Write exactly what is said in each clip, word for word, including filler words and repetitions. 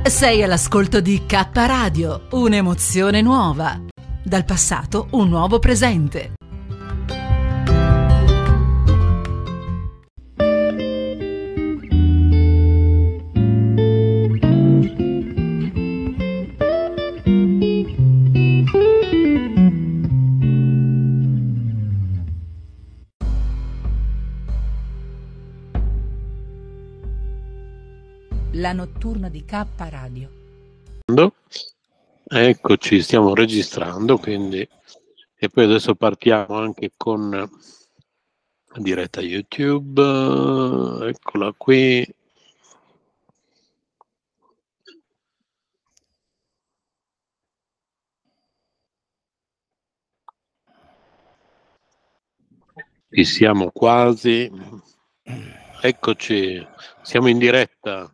Sei all'ascolto di K Radio, un'emozione nuova. Dal passato un nuovo presente. La notturna di K Radio. Eccoci, stiamo registrando, quindi, e poi adesso partiamo anche con la diretta YouTube. Eccola qui. Ci siamo quasi. Eccoci, siamo in diretta.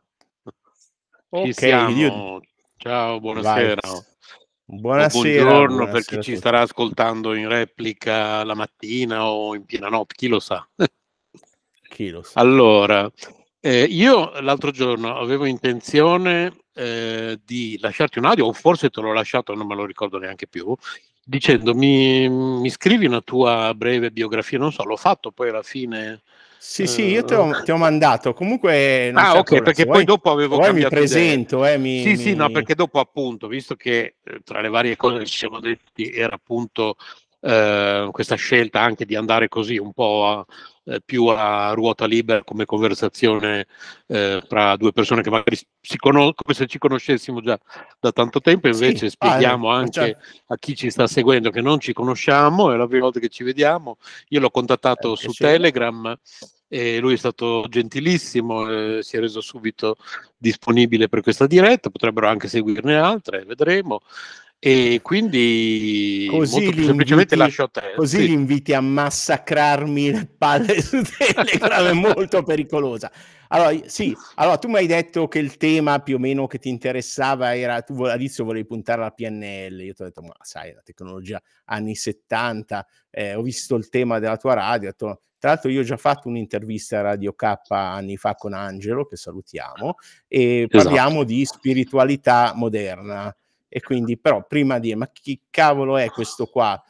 Ci Ok, siamo. io... Ciao, buonasera. Vai. O Buonasera. buongiorno buonasera per chi a ci tutti. starà ascoltando in replica la mattina o in piena notte, chi lo sa. Chi lo sa. Allora, eh, io l'altro giorno avevo intenzione eh, di lasciarti un audio, o forse te l'ho lasciato, non me lo ricordo neanche più, dicendo mi, mi scrivi una tua breve biografia, non so, l'ho fatto poi alla fine. Sì, sì, io te ho, ti ho mandato. Comunque non Ah, c'è ok, problema. Se perché poi vuoi, dopo se avevo vuoi mi cambiato idea. presento. Eh, mi, Sì, sì, no, mi... perché dopo appunto, visto che eh, tra le varie cose che ci siamo detti era appunto eh, questa scelta anche di andare così un po' a, eh, più a ruota libera come conversazione eh, tra due persone che magari si conoscono, come se ci conoscessimo già da tanto tempo, invece Sì, ah, spieghiamo facciamo... anche a chi ci sta seguendo che non ci conosciamo, è la prima volta che ci vediamo. Io l'ho è un contattato su piacere. Telegram e lui è stato gentilissimo, eh, si è reso subito disponibile per questa diretta, potrebbero anche seguirne altre, vedremo. E quindi Così molto li semplicemente inviti, lascio a te. così Sì. li inviti a massacrarmi le palle su Telegram, è molto pericolosa. Allora, sì, allora tu mi hai detto che il tema più o meno che ti interessava era, tu all'inizio volevi puntare alla P N L, io ti ho detto, ma sai, la tecnologia anni settanta, eh, ho visto il tema della tua radio, ho detto, tra l'altro io ho già fatto un'intervista a Radio K anni fa con Angelo, che salutiamo, e parliamo Esatto. di spiritualità moderna. E quindi, però, prima di ma chi cavolo è questo qua?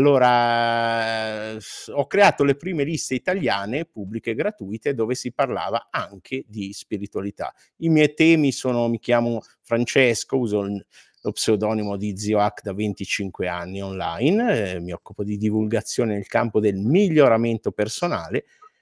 Allora, eh, ho creato le prime liste italiane pubbliche gratuite dove si parlava anche di spiritualità. I miei temi sono, mi chiamo Francesco, uso il, lo pseudonimo di Zio Hack da venticinque anni online, eh, mi occupo di divulgazione nel campo del miglioramento personale,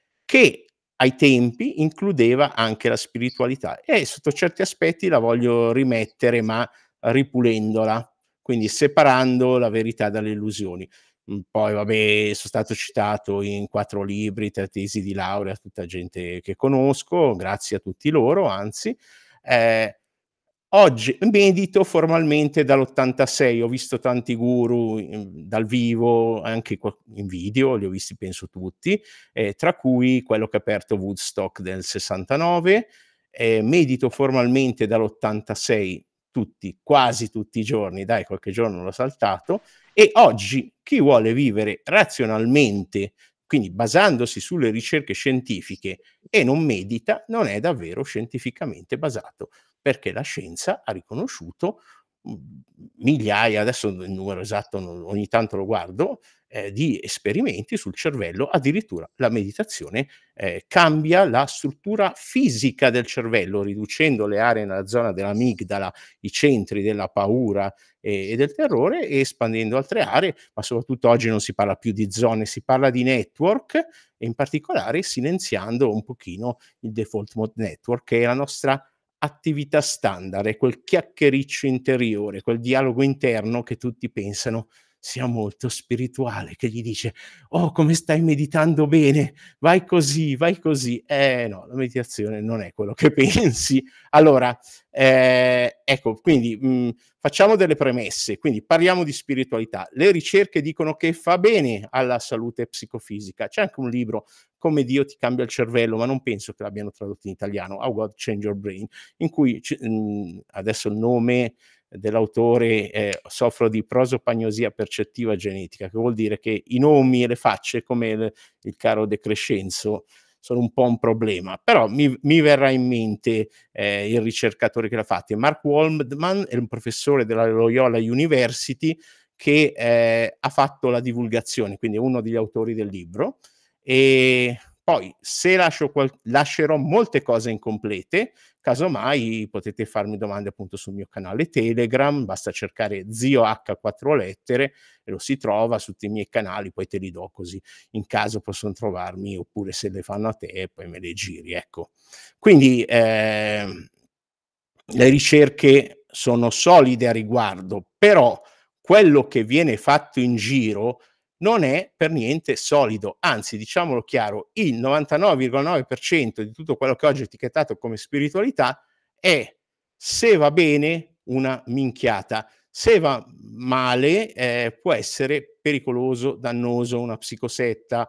che ai tempi includeva anche la spiritualità e sotto certi aspetti la voglio rimettere, ma ripulendola, quindi separando la verità dalle illusioni. Poi vabbè, sono stato citato in quattro libri, tre tesi di laurea, tutta gente che conosco, grazie a tutti loro, anzi. Eh, oggi medito formalmente dall'ottantasei, ho visto tanti guru in, dal vivo, anche in video, li ho visti penso tutti, eh, tra cui quello che ha aperto Woodstock del sessantanove, eh, medito formalmente dall'ottantasei, tutti, quasi tutti i giorni, dai, qualche giorno l'ho saltato, e oggi chi vuole vivere razionalmente, quindi basandosi sulle ricerche scientifiche e non medita, non è davvero scientificamente basato, perché la scienza ha riconosciuto mh, migliaia, adesso il numero esatto non, ogni tanto lo guardo, eh, di esperimenti sul cervello, addirittura la meditazione eh, cambia la struttura fisica del cervello, riducendo le aree nella zona dell'amigdala, i centri della paura e, e del terrore, e espandendo altre aree, ma soprattutto oggi non si parla più di zone, si parla di network, e in particolare silenziando un pochino il default mode network, che è la nostra attività standard, è quel chiacchiericcio interiore, quel dialogo interno che tutti pensano sia molto spirituale, che gli dice: "Oh, come stai meditando bene, vai così, vai così". Eh no, la meditazione non è quello che pensi. Allora, eh, ecco, quindi mh, facciamo delle premesse, quindi parliamo di spiritualità. Le ricerche dicono che fa bene alla salute psicofisica. C'è anche un libro, Come Dio ti cambia il cervello, ma non penso che l'abbiano tradotto in italiano, How God Change Your Brain, in cui mh, adesso il nome dell'autore, eh, soffro di prosopagnosia percettiva genetica, che vuol dire che i nomi e le facce, come il, il caro De Crescenzo, sono un po' un problema, però mi, mi verrà in mente eh, il ricercatore che l'ha fatto. Mark Waldman è un professore della Loyola University che eh, ha fatto la divulgazione, quindi è uno degli autori del libro. E poi se lascio qual- lascerò molte cose incomplete, casomai potete farmi domande appunto sul mio canale Telegram, basta cercare Zio H quattro lettere e lo si trova su tutti i miei canali, poi te li do così in caso possono trovarmi, oppure se le fanno a te poi me le giri, ecco. Quindi eh, le ricerche sono solide a riguardo, però quello che viene fatto in giro non è per niente solido, anzi, diciamolo chiaro, il novantanove virgola nove per cento di tutto quello che oggi è etichettato come spiritualità è, se va bene, una minchiata, se va male eh, può essere pericoloso, dannoso, una psicosetta,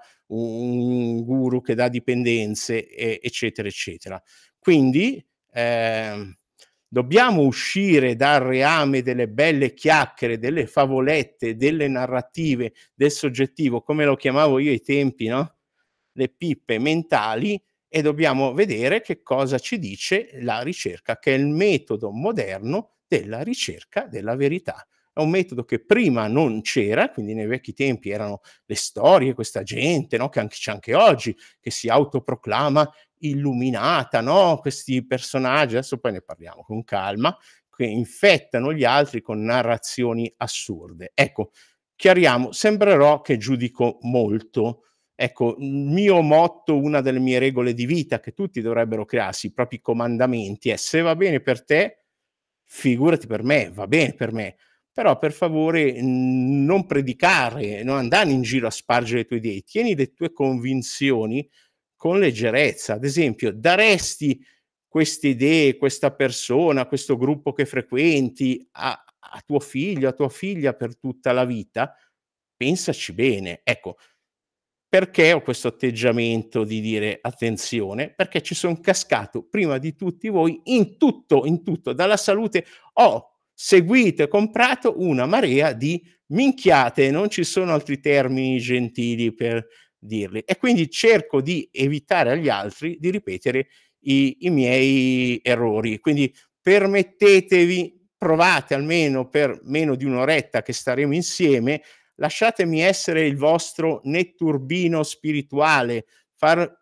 un guru che dà dipendenze, eh, eccetera, eccetera. Quindi eh, dobbiamo uscire dal reame delle belle chiacchiere, delle favolette, delle narrative, del soggettivo, come lo chiamavo io ai tempi, no? Le pippe mentali, e dobbiamo vedere che cosa ci dice la ricerca, che è il metodo moderno della ricerca della verità. È un metodo che prima non c'era, quindi nei vecchi tempi erano le storie, questa gente, no? Che anche, c'è anche oggi, che si autoproclama illuminata, no? Questi personaggi, adesso poi ne parliamo con calma, che infettano gli altri con narrazioni assurde. Ecco, chiariamo, sembrerò che giudico molto. Ecco, il mio motto, una delle mie regole di vita che tutti dovrebbero crearsi, i propri comandamenti, è: se va bene per te, figurati per me, va bene per me. Però per favore non predicare, non andare in giro a spargere le tue idee, tieni le tue convinzioni con leggerezza. Ad esempio, daresti queste idee, questa persona, questo gruppo che frequenti a, a tuo figlio, a tua figlia per tutta la vita? Pensaci bene. Ecco, perché ho questo atteggiamento di dire attenzione? Perché ci son cascato prima di tutti voi in tutto, in tutto, dalla salute. Ho seguito e comprato una marea di minchiate, non ci sono altri termini gentili per dirli, e quindi cerco di evitare agli altri di ripetere i, i miei errori. Quindi permettetevi, provate almeno per meno di un'oretta che staremo insieme, lasciatemi essere il vostro netturbino spirituale, far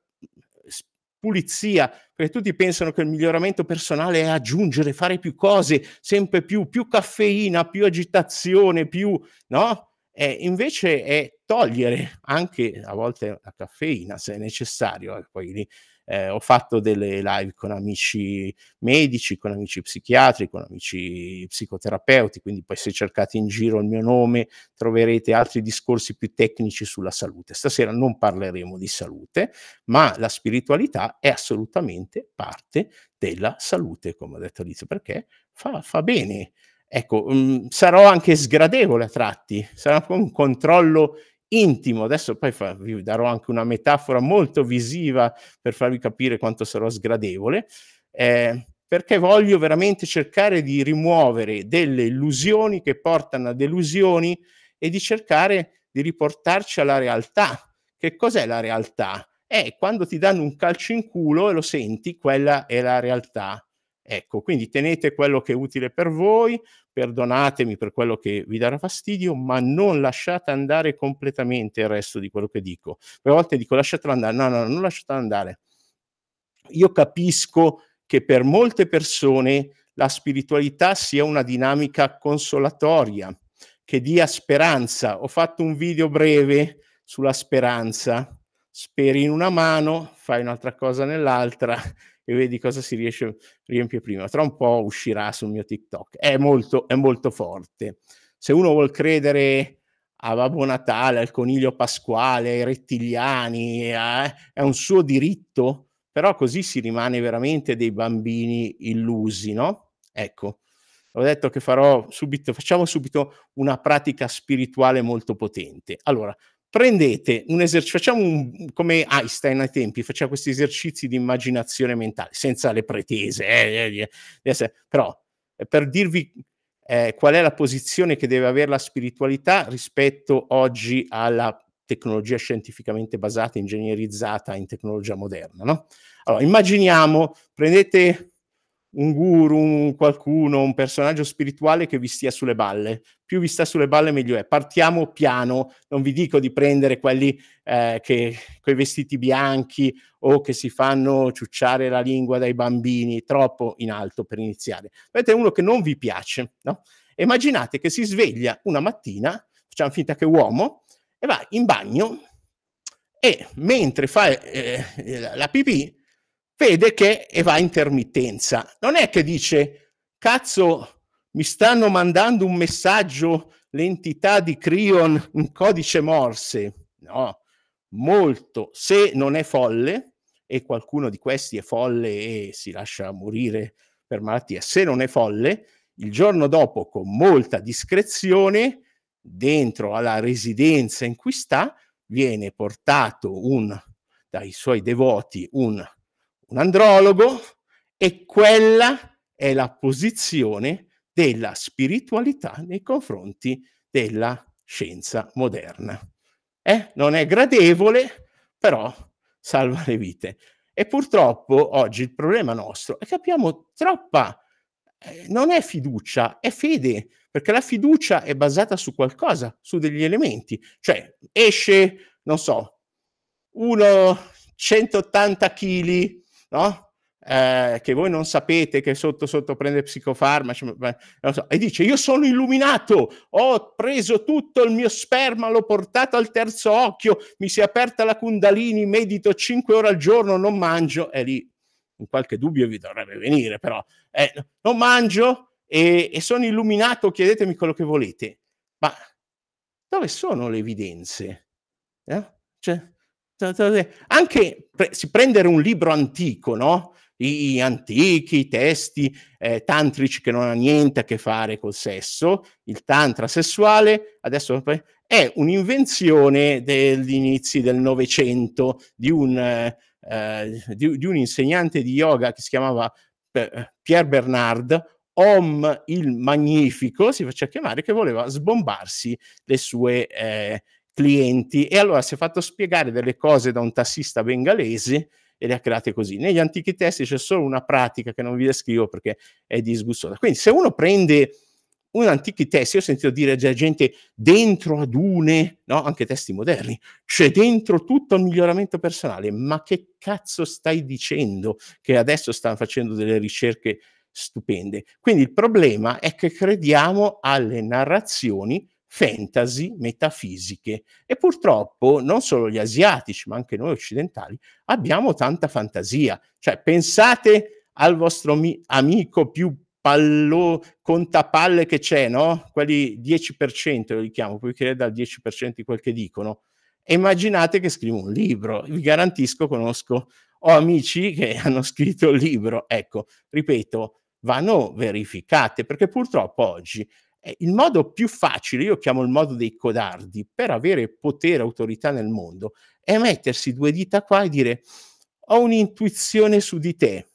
pulizia, perché tutti pensano che il miglioramento personale è aggiungere, fare più cose, sempre più, più caffeina, più agitazione, più, no? E invece è togliere anche a volte la caffeina se è necessario. E poi lì eh, ho fatto delle live con amici medici, con amici psichiatri, con amici psicoterapeuti, quindi poi se cercate in giro il mio nome troverete altri discorsi più tecnici sulla salute. Stasera non parleremo di salute, ma la spiritualità è assolutamente parte della salute, come ho detto all'inizio, perché fa, fa bene. Ecco, mh, sarò anche sgradevole a tratti, sarà un controllo intimo. Adesso poi fa, vi darò anche una metafora molto visiva per farvi capire quanto sarò sgradevole, eh, perché voglio veramente cercare di rimuovere delle illusioni che portano a delusioni e di cercare di riportarci alla realtà. Che cos'è la realtà? È quando ti danno un calcio in culo e lo senti, quella è la realtà. Ecco, quindi tenete quello che è utile per voi, perdonatemi per quello che vi darà fastidio, ma non lasciate andare completamente il resto di quello che dico. A volte dico lasciatelo andare, no, no, non lasciatelo andare. Io capisco che per molte persone la spiritualità sia una dinamica consolatoria, che dia speranza. Ho fatto un video breve sulla speranza. Speri in una mano, fai un'altra cosa nell'altra e vedi cosa si riesce riempie prima. Tra un po' uscirà sul mio TikTok. È molto, è molto forte. Se uno vuol credere a Babbo Natale, al coniglio pasquale, ai rettiliani, eh, è un suo diritto, però così si rimane veramente dei bambini illusi, no? Ecco, ho detto che farò subito, facciamo subito una pratica spirituale molto potente. Allora, prendete un esercizio, facciamo un, come Einstein ai tempi, faceva questi esercizi di immaginazione mentale, senza le pretese, eh, eh, però eh, per dirvi eh, qual è la posizione che deve avere la spiritualità rispetto oggi alla tecnologia scientificamente basata, ingegnerizzata in tecnologia moderna, no? Allora, immaginiamo, prendete un guru, un qualcuno, un personaggio spirituale che vi stia sulle balle. Più vi sta sulle balle meglio è. Partiamo piano, non vi dico di prendere quelli eh, che coi vestiti bianchi o che si fanno ciucciare la lingua dai bambini, troppo in alto per iniziare. Avete uno che non vi piace, no? Immaginate che si sveglia una mattina, facciamo finta che è uomo, e va in bagno e mentre fa eh, la pipì vede che e va a intermittenza. Non è che dice, cazzo, mi stanno mandando un messaggio l'entità di Crion in codice Morse. No, molto. Se non è folle, e qualcuno di questi è folle e si lascia morire per malattia, se non è folle, il giorno dopo, con molta discrezione, dentro alla residenza in cui sta, viene portato un, dai suoi devoti un un andrologo, e quella è la posizione della spiritualità nei confronti della scienza moderna. Eh? Non è gradevole, però salva le vite. E purtroppo oggi il problema nostro è che abbiamo troppa, eh, non è fiducia, è fede, perché la fiducia è basata su qualcosa, su degli elementi. Cioè esce, non so, uno centottanta chili, no? Eh, che voi non sapete che sotto sotto prende psicofarmaci, ma, non so, e dice io sono illuminato, ho preso tutto il mio sperma, l'ho portato al terzo occhio, mi si è aperta la Kundalini, medito cinque ore al giorno, non mangio, e lì in qualche dubbio vi dovrebbe venire, però eh, non mangio e, e sono illuminato, chiedetemi quello che volete. Ma dove sono le evidenze? Eh? Cioè, anche pre- si prendere un libro antico, no? I, i antichi, i testi eh, tantrici che non ha niente a che fare col sesso, il tantra sessuale, adesso è un'invenzione degli inizi del Novecento di un, eh, di, di un insegnante di yoga che si chiamava eh, Pierre Bernard, Om il Magnifico, si faceva chiamare, che voleva sbombarsi le sue eh, clienti, e allora si è fatto spiegare delle cose da un tassista bengalese e le ha create così. Negli antichi testi c'è solo una pratica che non vi descrivo perché è disgustosa. Quindi se uno prende un antichi testi, io ho sentito dire della gente dentro adune, no? Anche testi moderni, c'è dentro tutto il miglioramento personale, ma che cazzo stai dicendo? Che adesso stanno facendo delle ricerche stupende. Quindi il problema è che crediamo alle narrazioni fantasy metafisiche, e purtroppo non solo gli asiatici ma anche noi occidentali abbiamo tanta fantasia. Cioè pensate al vostro mi- amico più pallo contapalle che c'è, no? Quelli dieci per cento li chiamo, poi creda al dieci per cento di quel che dicono, e immaginate che scrivo un libro. Vi garantisco, conosco, ho amici che hanno scritto il libro. Ecco, ripeto, vanno verificate, perché purtroppo oggi il modo più facile, io chiamo il modo dei codardi, per avere potere e autorità nel mondo, è mettersi due dita qua e dire ho un'intuizione su di te.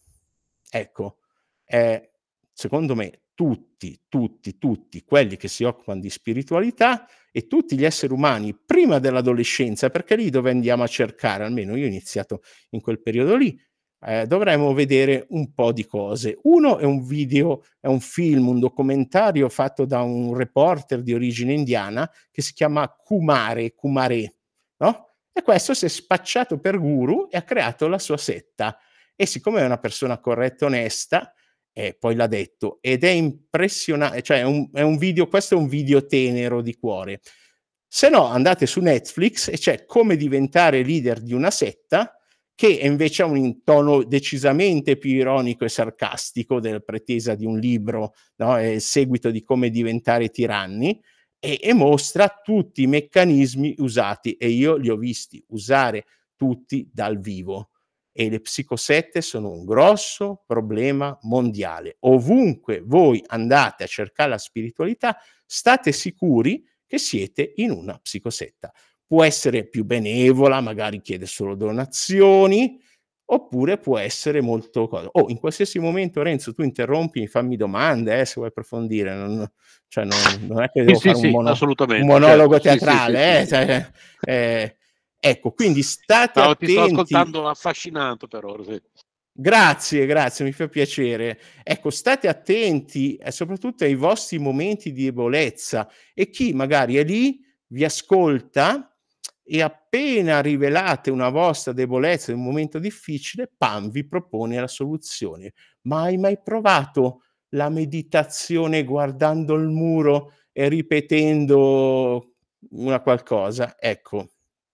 Ecco, eh, secondo me tutti, tutti, tutti quelli che si occupano di spiritualità e tutti gli esseri umani prima dell'adolescenza, perché lì dove andiamo a cercare, almeno io ho iniziato in quel periodo lì, Eh, dovremmo vedere un po' di cose. Uno è un video, è un film, un documentario fatto da un reporter di origine indiana che si chiama Kumare, Kumare, no? E questo si è spacciato per guru e ha creato la sua setta. E siccome è una persona corretta e onesta, eh, poi l'ha detto, ed è impressionante, cioè è un, è un video, questo è un video tenero di cuore. Se no, andate su Netflix e c'è Come diventare leader di una setta, che invece ha un tono decisamente più ironico e sarcastico della pretesa di un libro, no? È il seguito di Come diventare tiranni, e, e mostra tutti i meccanismi usati, e io li ho visti usare tutti dal vivo. E le psicosette sono un grosso problema mondiale. Ovunque voi andate a cercare la spiritualità, state sicuri che siete in una psicosetta. Può essere più benevola, magari chiede solo donazioni, oppure può essere molto cosa. Oh, in qualsiasi momento Renzo tu interrompimi, fammi domande, eh, se vuoi approfondire, non cioè non non è che Sì, devo sì, fare un sì, mono un assolutamente, monologo certo. Sì, sì, sì, sì, teatrale, eh, sì. cioè, ehm, ecco, quindi state No, ti sto attenti. ascoltando affascinato per ora, sì. Grazie, grazie, mi fa piacere. Ecco, state attenti, e soprattutto ai vostri momenti di debolezza, e chi magari è lì vi ascolta e appena rivelate una vostra debolezza in un momento difficile, pam, vi propone la soluzione. Ma hai mai provato la meditazione guardando il muro e ripetendo una qualcosa? Ecco.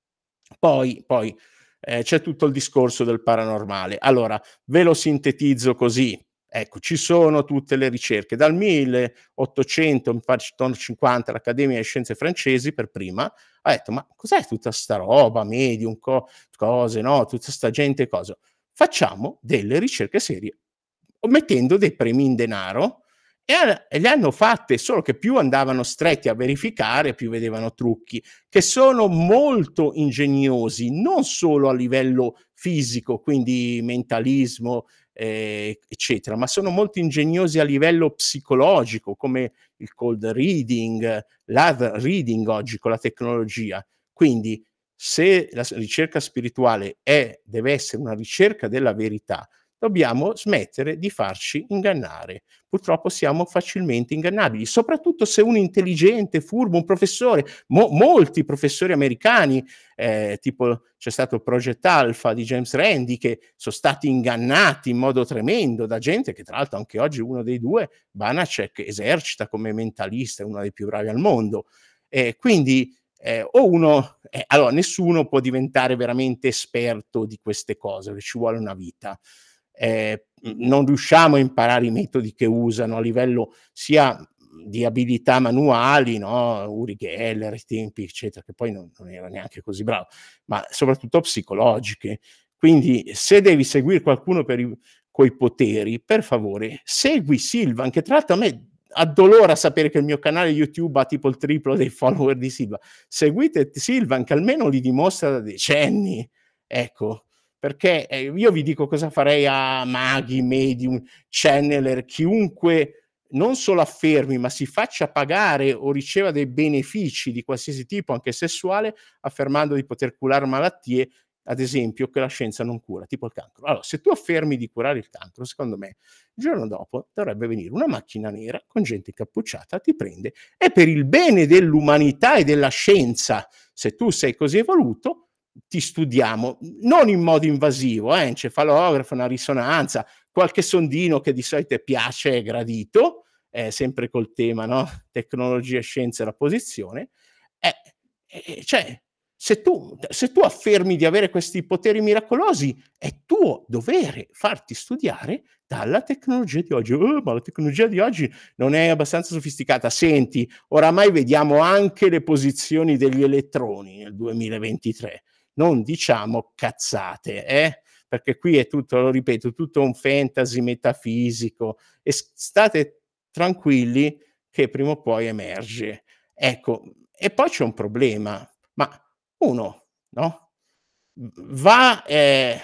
Poi poi, ehm, c'è tutto il discorso del paranormale. Allora, ve lo sintetizzo così: ecco, ci sono tutte le ricerche. Dal milleottocento, mi par cinquanta, l'Accademia delle Scienze francesi per prima, ha detto: "Ma cos'è tutta sta roba, medium, co cose, no, tutta sta gente cosa, facciamo delle ricerche serie, o mettendo dei premi in denaro", e ha e le hanno fatte, solo che più andavano stretti a verificare, più vedevano trucchi, che sono molto ingegnosi, non solo a livello fisico, quindi mentalismo, ehm, eccetera, ma sono molto ingegnosi a livello psicologico, come il cold reading, l'hard reading oggi con la tecnologia. Quindi se la s ricerca spirituale è deve essere una ricerca della verità, dobbiamo smettere di farci ingannare. Purtroppo siamo facilmente ingannabili, soprattutto se uno intelligente, furbo, un professore, mo molti professori americani, ehm, tipo c'è stato il Project Alpha di James Randi, che so stati ingannati in modo tremendo da gente che tra l'altro anche oggi uno dei due, Banachek, esercita come mentalista, è uno dei più bravi al mondo. E quindi, ehm, o uno eh, allora nessuno può diventare veramente esperto di queste cose, perché ci vuole una vita. Ehm, mhmm, non riusciamo a imparare i metodi che usano a livello sia di abilità manuali, no, Uri Geller ai tempi, eccetera, che poi non non era neanche così bravo, ma soprattutto psicologiche. Quindi se devi seguir qualcuno per i coi poteri, per favore segui Silvan, che tra l'altro a me addolora sapere che il mio canale YouTube ha tipo il triplo dei follower di Silvan. Seguite t Silvan, che almeno li dimostra da decenni, ecco. Perché, ehm, io vi dico cosa farei a maghi, medium, channeler, chiunque non solo affermi, ma si faccia pagare o riceva dei benefici di qualsiasi tipo, anche sessuale, affermando di poter curar malattie, ad esempio, che la scienza non cura, tipo il cancro. Allora, se tu affermi di curare il cancro, secondo me, il giorno dopo dovrebbe venire una macchina nera con gente incappucciata, ti prende e per il bene dell'umanità e della scienza, se tu sei così evoluto, ti studiamo, non in modo invasivo, eh, encefalografo, una risonanza, qualche sondino che di solito piace e gradito, eh, sempre col tema, no? Tecnologia, scienza e la posizione. Eh, eh, cioè, se tu, se tu affermi di avere questi poteri miracolosi, è tuo dovere farti studiare dalla tecnologia di oggi. "Oh, ma la tecnologia di oggi non è abbastanza sofisticata". Senti, oramai vediamo anche le posizioni degli elettroni nel duemilaventitré. Non diciamo cazzate, eh, perché qui è tutto, lo ripeto, tutto un fantasy metafisico, e s state tranquilli che prima o poi emerge. Ecco, e poi c'è un problema, ma uno, no, v va ehm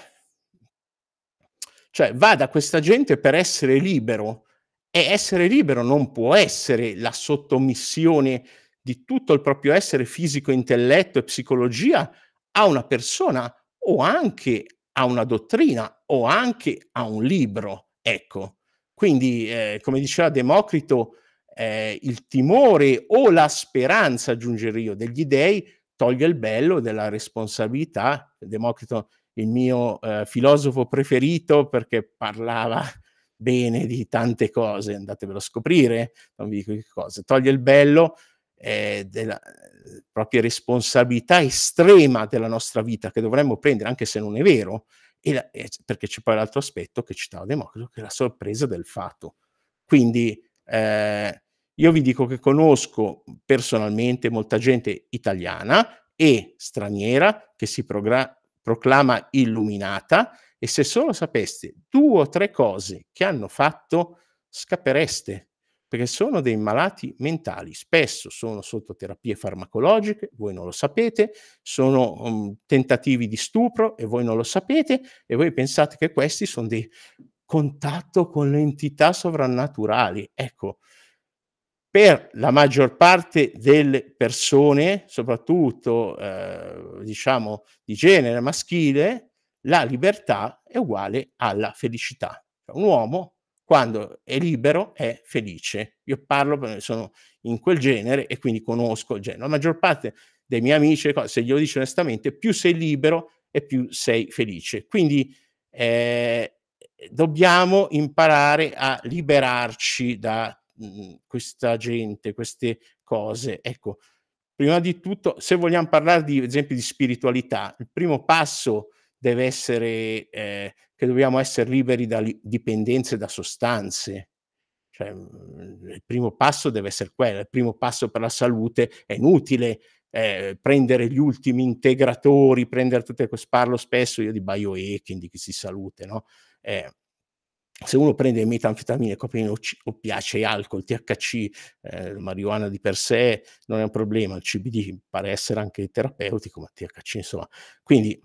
cioè va da questa gente per essere libero, e essere libero non può essere la sottomissione di tutto il proprio essere fisico, intelletto e psicologia a una persona, o anche a una dottrina, o anche a un libro, ecco. Quindi, ehm, come diceva Democrito, ehm, il timore o la speranza, aggiungerei io, degli dei toglie il bello della responsabilità. Democrito, il mio, ehm, filosofo preferito, perché parlava bene di tante cose, andatevelo a scoprire, non vi dico che cosa. Toglie il bello, ehm, della, ehm, propria responsabilità estrema della nostra vita, che dovremmo prendere anche se non è vero, e la e c perché c'è poi l'altro aspetto che citava Democrito, che è la sorpresa del fato. Quindi, ehm, io vi dico che conosco personalmente molta gente italiana e straniera che si progra proclama illuminata, e se solo sapeste due o tre cose che hanno fatto, scappereste. perché sono dei malati mentali, spesso sono sotto terapie farmacologiche, voi non lo sapete, sono, uhm, tentativi di stupro e voi non lo sapete, e voi pensate che questi son dei contatto con le entità sovrannaturali. Ecco, per la maggior parte delle persone, soprattutto, ehm, diciamo di genere maschile, la libertà è uguale alla felicità. Cioè un uomo quando è libero è felice. Io parlo perché sono in quel genere e quindi conosco il genere. La maggior parte dei miei amici e co se glielo dici onestamente, più sei libero e più sei felice. Quindi, ehm, dobbiamo imparare a liberarci da, mhmm, questa gente, queste cose. Ecco, prima di tutto, se vogliam parlare di esempi di spiritualità, il primo passo deve essere, ehm, che dobbiamo esser liberi da li dipendenze da sostanze. Cioè, mhmm, il primo passo deve esser quello, il primo passo per la salute. È inutile, ehm, prendere gli ultimi integratori, prendere tutte ques parlo spesso io di biohacking, di questi salute, no, ehm, se uno prende metanfetamine, cocaina, occi oppiacei, alcol, T H C, ehm, marijuana di per sé non è un problema, il C B D pare essere anche terapeutico, ma T H C insomma. Quindi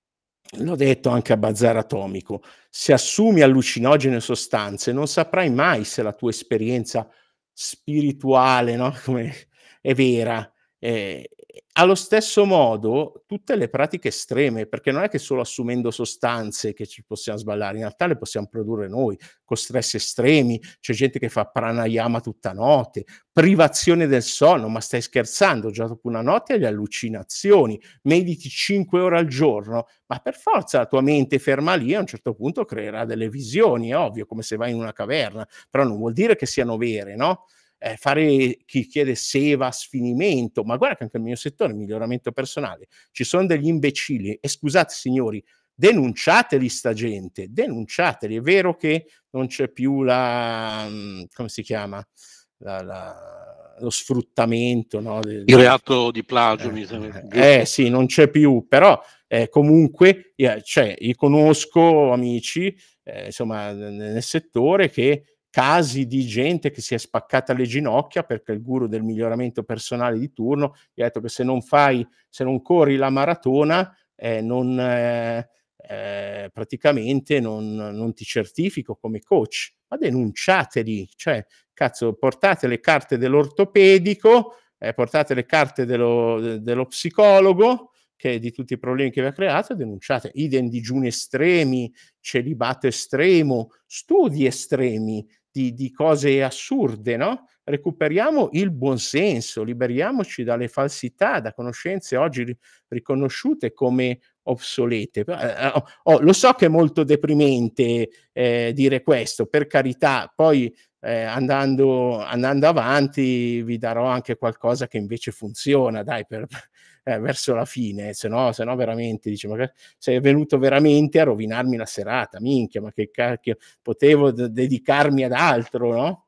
l'ho detto anche a Bazar Atomico: se assumi allucinogene sostanze non saprai mai se la tua esperienza spirituale, no, come è vera. Ehm, allo stesso modo tutte le pratiche estreme, perché non è che solo assumendo sostanze che ci possiam sballare, in realtà le possiam produrre noi, con stress estremi, c'è gente che fa pranayama tutta notte, privazione del sonno, ma stai scherzando? Già dopo una notte hai le allucinazioni, mediti cinque ore al giorno, ma per forza la tua mente ferma lì a un certo punto creerà delle visioni, è ovvio, come se vai in una caverna, però non vuol dire che siano vere, no, ehm, fare chi chiede seva, sfinimento, ma guarda che anche il mio settore, miglioramento personale, ci son degli imbecilli e scusate signori, denunciateli sta gente, denunciateli. È vero che non c'è più la mhmm, come si chiama, la la lo sfruttamento, no, de Il de reato di plagio mi sembra, eh, eh giusto? sì, non c'è più, però, ehm, comunque ia cioè, io conosco amici, ehm, insomma ne nel settore che casi di gente che si è spaccata le ginocchia perché il guru del miglioramento personale di turno gli ha detto che se non fai se non corri la maratona, ehm, non ehm, praticamente non non ti certifico come coach. Ma denunciateli, cioè cazzo portate le carte dell'ortopedico, ehm, portate le carte dello de dello psicologo che di tutti i problemi che vi ha creato e denunciate. Idem digiuni estremi, celibato estremo, studi estremi di di cose assurde, no, recuperiamo il buon senso, liberiamoci dalle falsità, da conoscenze oggi ri riconosciute come obsolete. P ehm, oh oh, lo so che è molto deprimente, ehm, dire questo, per carità, poi, ehm, andando andando avanti vi darò anche qualcosa che invece funziona dai per eh, verso la fine, se no se no veramente dici: "Ma che sei venuto veramente a rovinarmi la serata, minchia, ma che cacchio potevo d dedicarmi ad altro", no?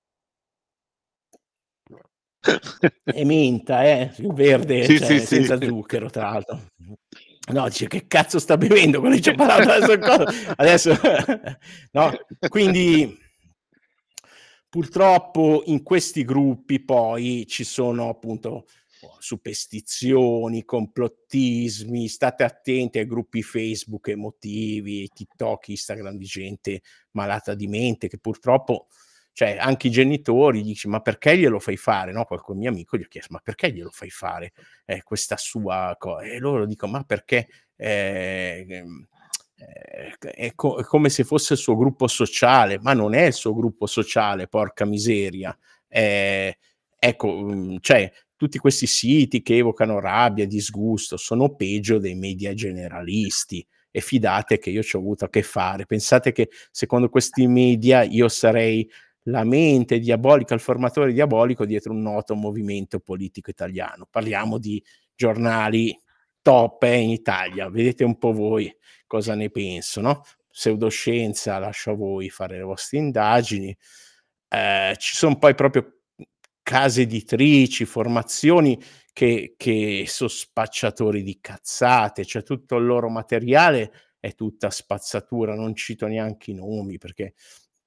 E menta, eh, il verde, Sì, sì, cioè sì. senza zucchero tra l'altro. No, dice: "Che cazzo sta bevendo?" Quando ci ho parlato adesso co adesso no, quindi purtroppo in questi gruppi poi ci sono appunto o superstizioni, complottismi, state attenti ai gruppi Facebook emotivi, TikTok, Instagram di gente malata di mente che purtroppo cioè anche i genitori dici: "Ma perché glielo fai fare?" No, qualche mio amico gli ho chiesto: "Ma perché glielo fai fare, ehm, questa sua co" e loro dico: "Ma perché, ehm, ehm, è co è come se fosse il suo gruppo sociale", ma non è il suo gruppo sociale, porca miseria. Ehm, ecco, mhmm, cioè tutti questi siti che evocano rabbia, disgusto, sono peggio dei media generalisti e fidate che io c'ho avuto a che fare. Pensate che secondo questi media io sarei la mente diabolica, il formatore diabolico dietro un noto movimento politico italiano. Parliamo di giornali top, eh, in Italia. Vedete un po' voi cosa ne penso, no, pseudoscienza lascio a voi fare le vostre indagini. Ehm, ci son poi proprio, mhmm, case editrici, formazioni che che so' spacciatori di cazzate, cioè tutto il loro materiale è tutta spazzatura, non cito neanche i nomi perché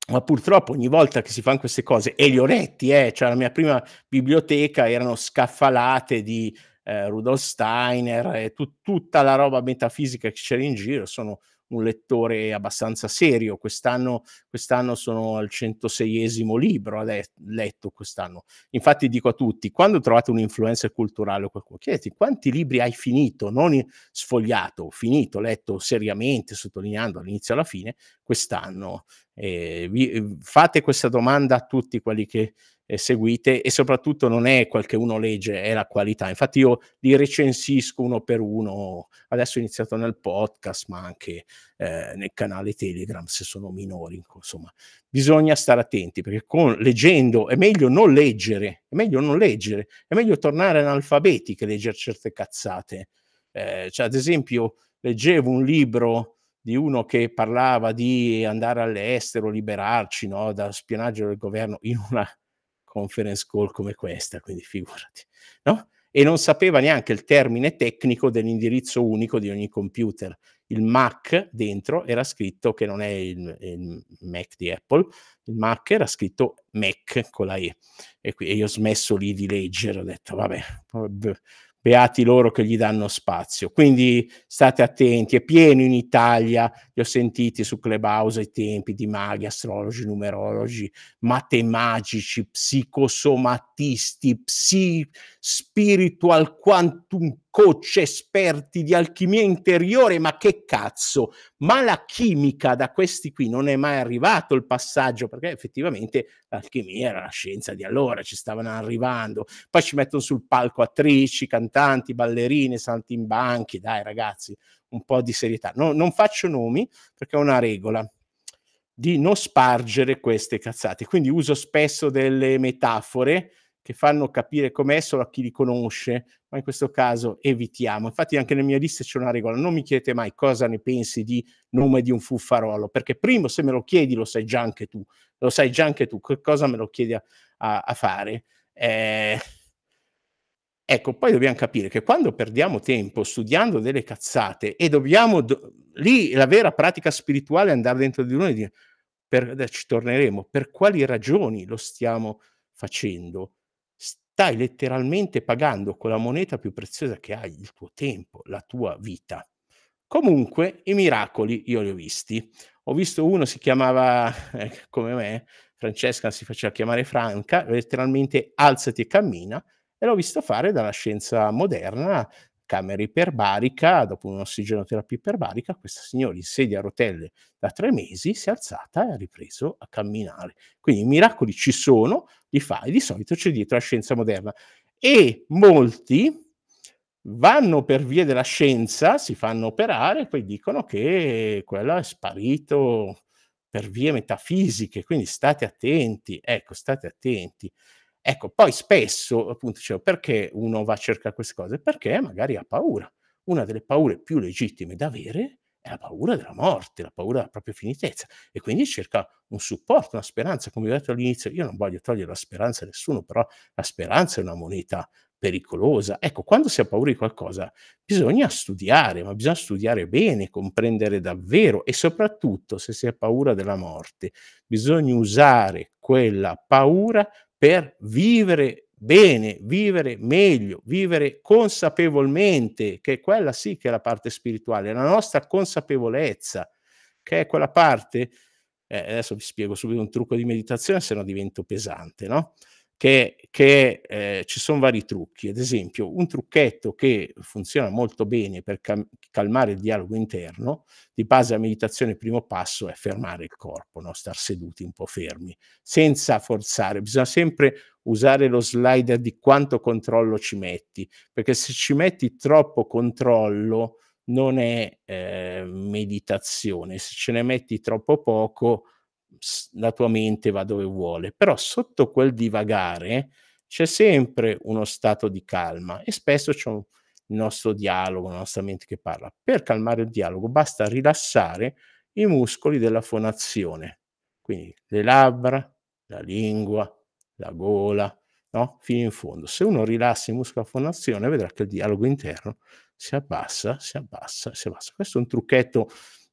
Ma purtroppo ogni volta che si fan queste cose, e li ho letti, eh, cioè la mia prima biblioteca erano scaffalate di, ehm, Rudolf Steiner e tu tutta la roba metafisica che c'era in giro. Sono un lettore abbastanza serio. Quest'anno quest'anno sono al centoseiesimo libro ade letto quest'anno. Infatti dico a tutti: quando trovate un influencer culturale o qualcuno, chiedete: "Quanti libri hai finito?" Non i sfogliato, finito, letto seriamente, sottolineando all'inizio e alla fine, quest'anno. Ehm, vi ehm, fate questa domanda a tutti quelli che, ehm, seguite, e soprattutto non è quel che uno legge, è la qualità. Infatti io li recensisco uno per uno. Adesso ho iniziato nel podcast, ma anche, ehm, nel canale Telegram se sono minori, inco insomma. Bisogna stare attenti, perché con leggendo è meglio non leggere, è meglio non leggere, è meglio tornare analfabeti che legger certe cazzate. Ehm, cioè ad esempio leggevo un libro di uno che parlava di andare all'estero, liberarci, no, dallo spionaggio del governo, in una conference call come questa, quindi figurati, no, e non sapeva neanche il termine tecnico dell'indirizzo unico di ogni computer. Il Mac dentro era scritto, che non è il il Mac di Apple, il Mac era scritto Mac con la E, e qui e io ho smesso lì di leggere, ho detto: "Vabbè, b beati loro che gli danno spazio". Quindi state attenti, è pieno in Italia, li ho sentiti su Clubhouse ai tempi, di maghi, astrologi, numerologi, matemagici, psicosomatisti, psi spiritual quantum coach, esperti di alchimia interiore, ma che cazzo? Ma la chimica da questi qui non è mai arrivato il passaggio, perché effettivamente l'alchimia era la scienza di allora, ci stavano arrivando. Poi ci mettono sul palco attrici, cantanti, ballerine, saltimbanchi. Dai ragazzi, un po' di serietà. No, non faccio nomi perché ho una regola di non spargere queste cazzate, quindi uso spesso delle metafore che fanno capire com'è solo a chi li conosce, ma in questo caso evitiamo. Infatti anche nelle mie liste c'è una regola: non mi chiedete mai cosa ne pensi di Nome di un fuffarolo, perché primo se me lo chiedi lo sai già anche tu, lo sai già anche tu, che cosa me lo chiedi a a a fare? Ehm Ecco, poi dobbiam capire che quando perdiamo tempo studiando delle cazzate e dobbiamo do lì la vera pratica spirituale è andare dentro di noi e dire: per ade ci torneremo, per quali ragioni lo stiamo facendo? Stai letteralmente pagando con la moneta più preziosa che hai, il tuo tempo, la tua vita. Comunque i miracoli io li ho visti. Ho visto uno, si chiamava, eh, come me, Francesca si faceva chiamare Franca, letteralmente alzati e cammina, e l'ho visto fare dalla scienza moderna, camera iperbarica, dopo un'ossigenoterapia iperbarica, questa signora in sedia a rotelle da tre mesi si è alzata e ha ripreso a camminare. Quindi i miracoli ci sono, li fa, e di solito c'è dietro la scienza moderna. E molti vanno per via della scienza, si fanno operare e poi dicono che quello è sparito per vie metafisiche, quindi state attenti, ecco, state attenti. Ecco, poi spesso, appunto, dicevo, perché uno va a cercare queste cose? Perché magari ha paura. Una delle paure più legittime da avere è la paura della morte, la paura della propria finitezza, e quindi cerca un supporto, una speranza. Come vi ho detto all'inizio, io non voglio togliere la speranza a nessuno, però la speranza è una moneta pericolosa. Ecco, quando si ha paura di qualcosa bisogna studiare, ma bisogna studiare bene, comprendere davvero, e soprattutto se si ha paura della morte, bisogna usare quella paura per vivere bene, vivere meglio, vivere consapevolmente, che quella sì che è la parte spirituale, la nostra consapevolezza, che è quella parte, eh, adesso vi spiego subito un trucco di meditazione, se no divento pesante, no? Che, che eh, ci sono vari trucchi. Ad esempio, un trucchetto che funziona molto bene per cam- calmare il dialogo interno, di base la meditazione, il primo passo è fermare il corpo, no? Star seduti un po' fermi, senza forzare. Bisogna sempre usare lo slider di quanto controllo ci metti, perché se ci metti troppo controllo non è eh, meditazione, se ce ne metti troppo poco s la tua mente va dove vuole. Però sotto quel divagare c'è sempre uno stato di calma, e spesso c'è un il nostro dialogo, la nostra mente che parla. Per calmare il dialogo basta rilassare i muscoli della fonazione, quindi le labbra, la lingua, la gola, no, fino in fondo. Se uno rilassa i muscoli della fonazione vedrà che il dialogo interno si abbassa, si abbassa, si abbassa. Questo è un trucchetto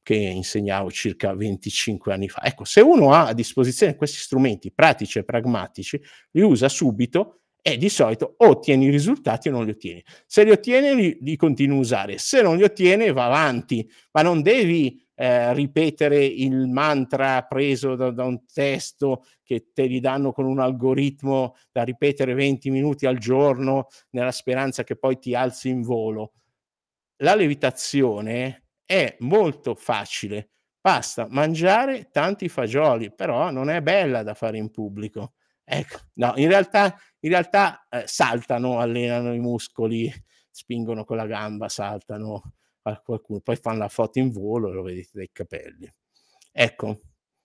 che insegnavo circa venticinque anni fa. Ecco, se uno ha a disposizione questi strumenti pratici e pragmatici, li usa subito e di solito o ottieni i risultati o non li ottieni. Se li ottieni li, li continui a usare, se non li ottieni va avanti, ma non devi eh, ripetere il mantra preso da, da un testo che te li danno con un algoritmo da ripetere venti minuti al giorno nella speranza che poi ti alzi in volo. La levitazione è molto facile, basta mangiare tanti fagioli, però non è bella da fare in pubblico. Ecco, no, in realtà, in realtà eh, saltano, allenano i muscoli, spingono con la gamba, saltano a qualcuno, poi fanno la foto in volo e lo vedete dai capelli. Ecco,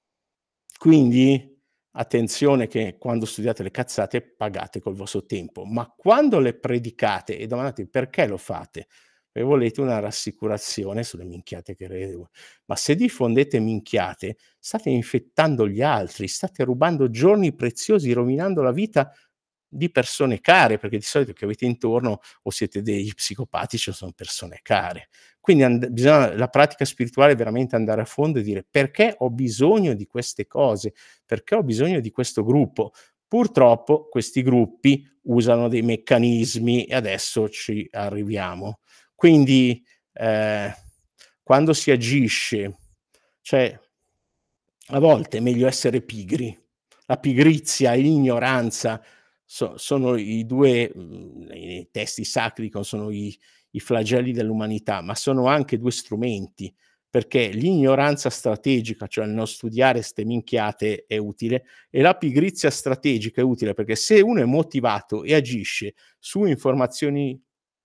quindi attenzione che quando studiate le cazzate pagate col vostro tempo, ma quando le predicate e domandate perché lo fate, e volete una rassicurazione sulle minchiate che credo. Ma se diffondete minchiate, state infettando gli altri, state rubando giorni preziosi, rovinando la vita di persone care, perché di solito che avete intorno o siete degli psicopatici o sono persone care. Quindi and- bisogna, la pratica spirituale è veramente andare a fondo e dire perché ho bisogno di queste cose, perché ho bisogno di questo gruppo. Purtroppo questi gruppi usano dei meccanismi e adesso ci arriviamo. Quindi eh, quando si agisce, cioè a volte è meglio essere pigri. La pigrizia e l'ignoranza so, sono i due, mh, i testi sacri sono i, i flagelli dell'umanità, ma sono anche due strumenti, perché l'ignoranza strategica, cioè il non studiare ste minchiate, è utile, e la pigrizia strategica è utile, perché se uno è motivato e agisce su informazioni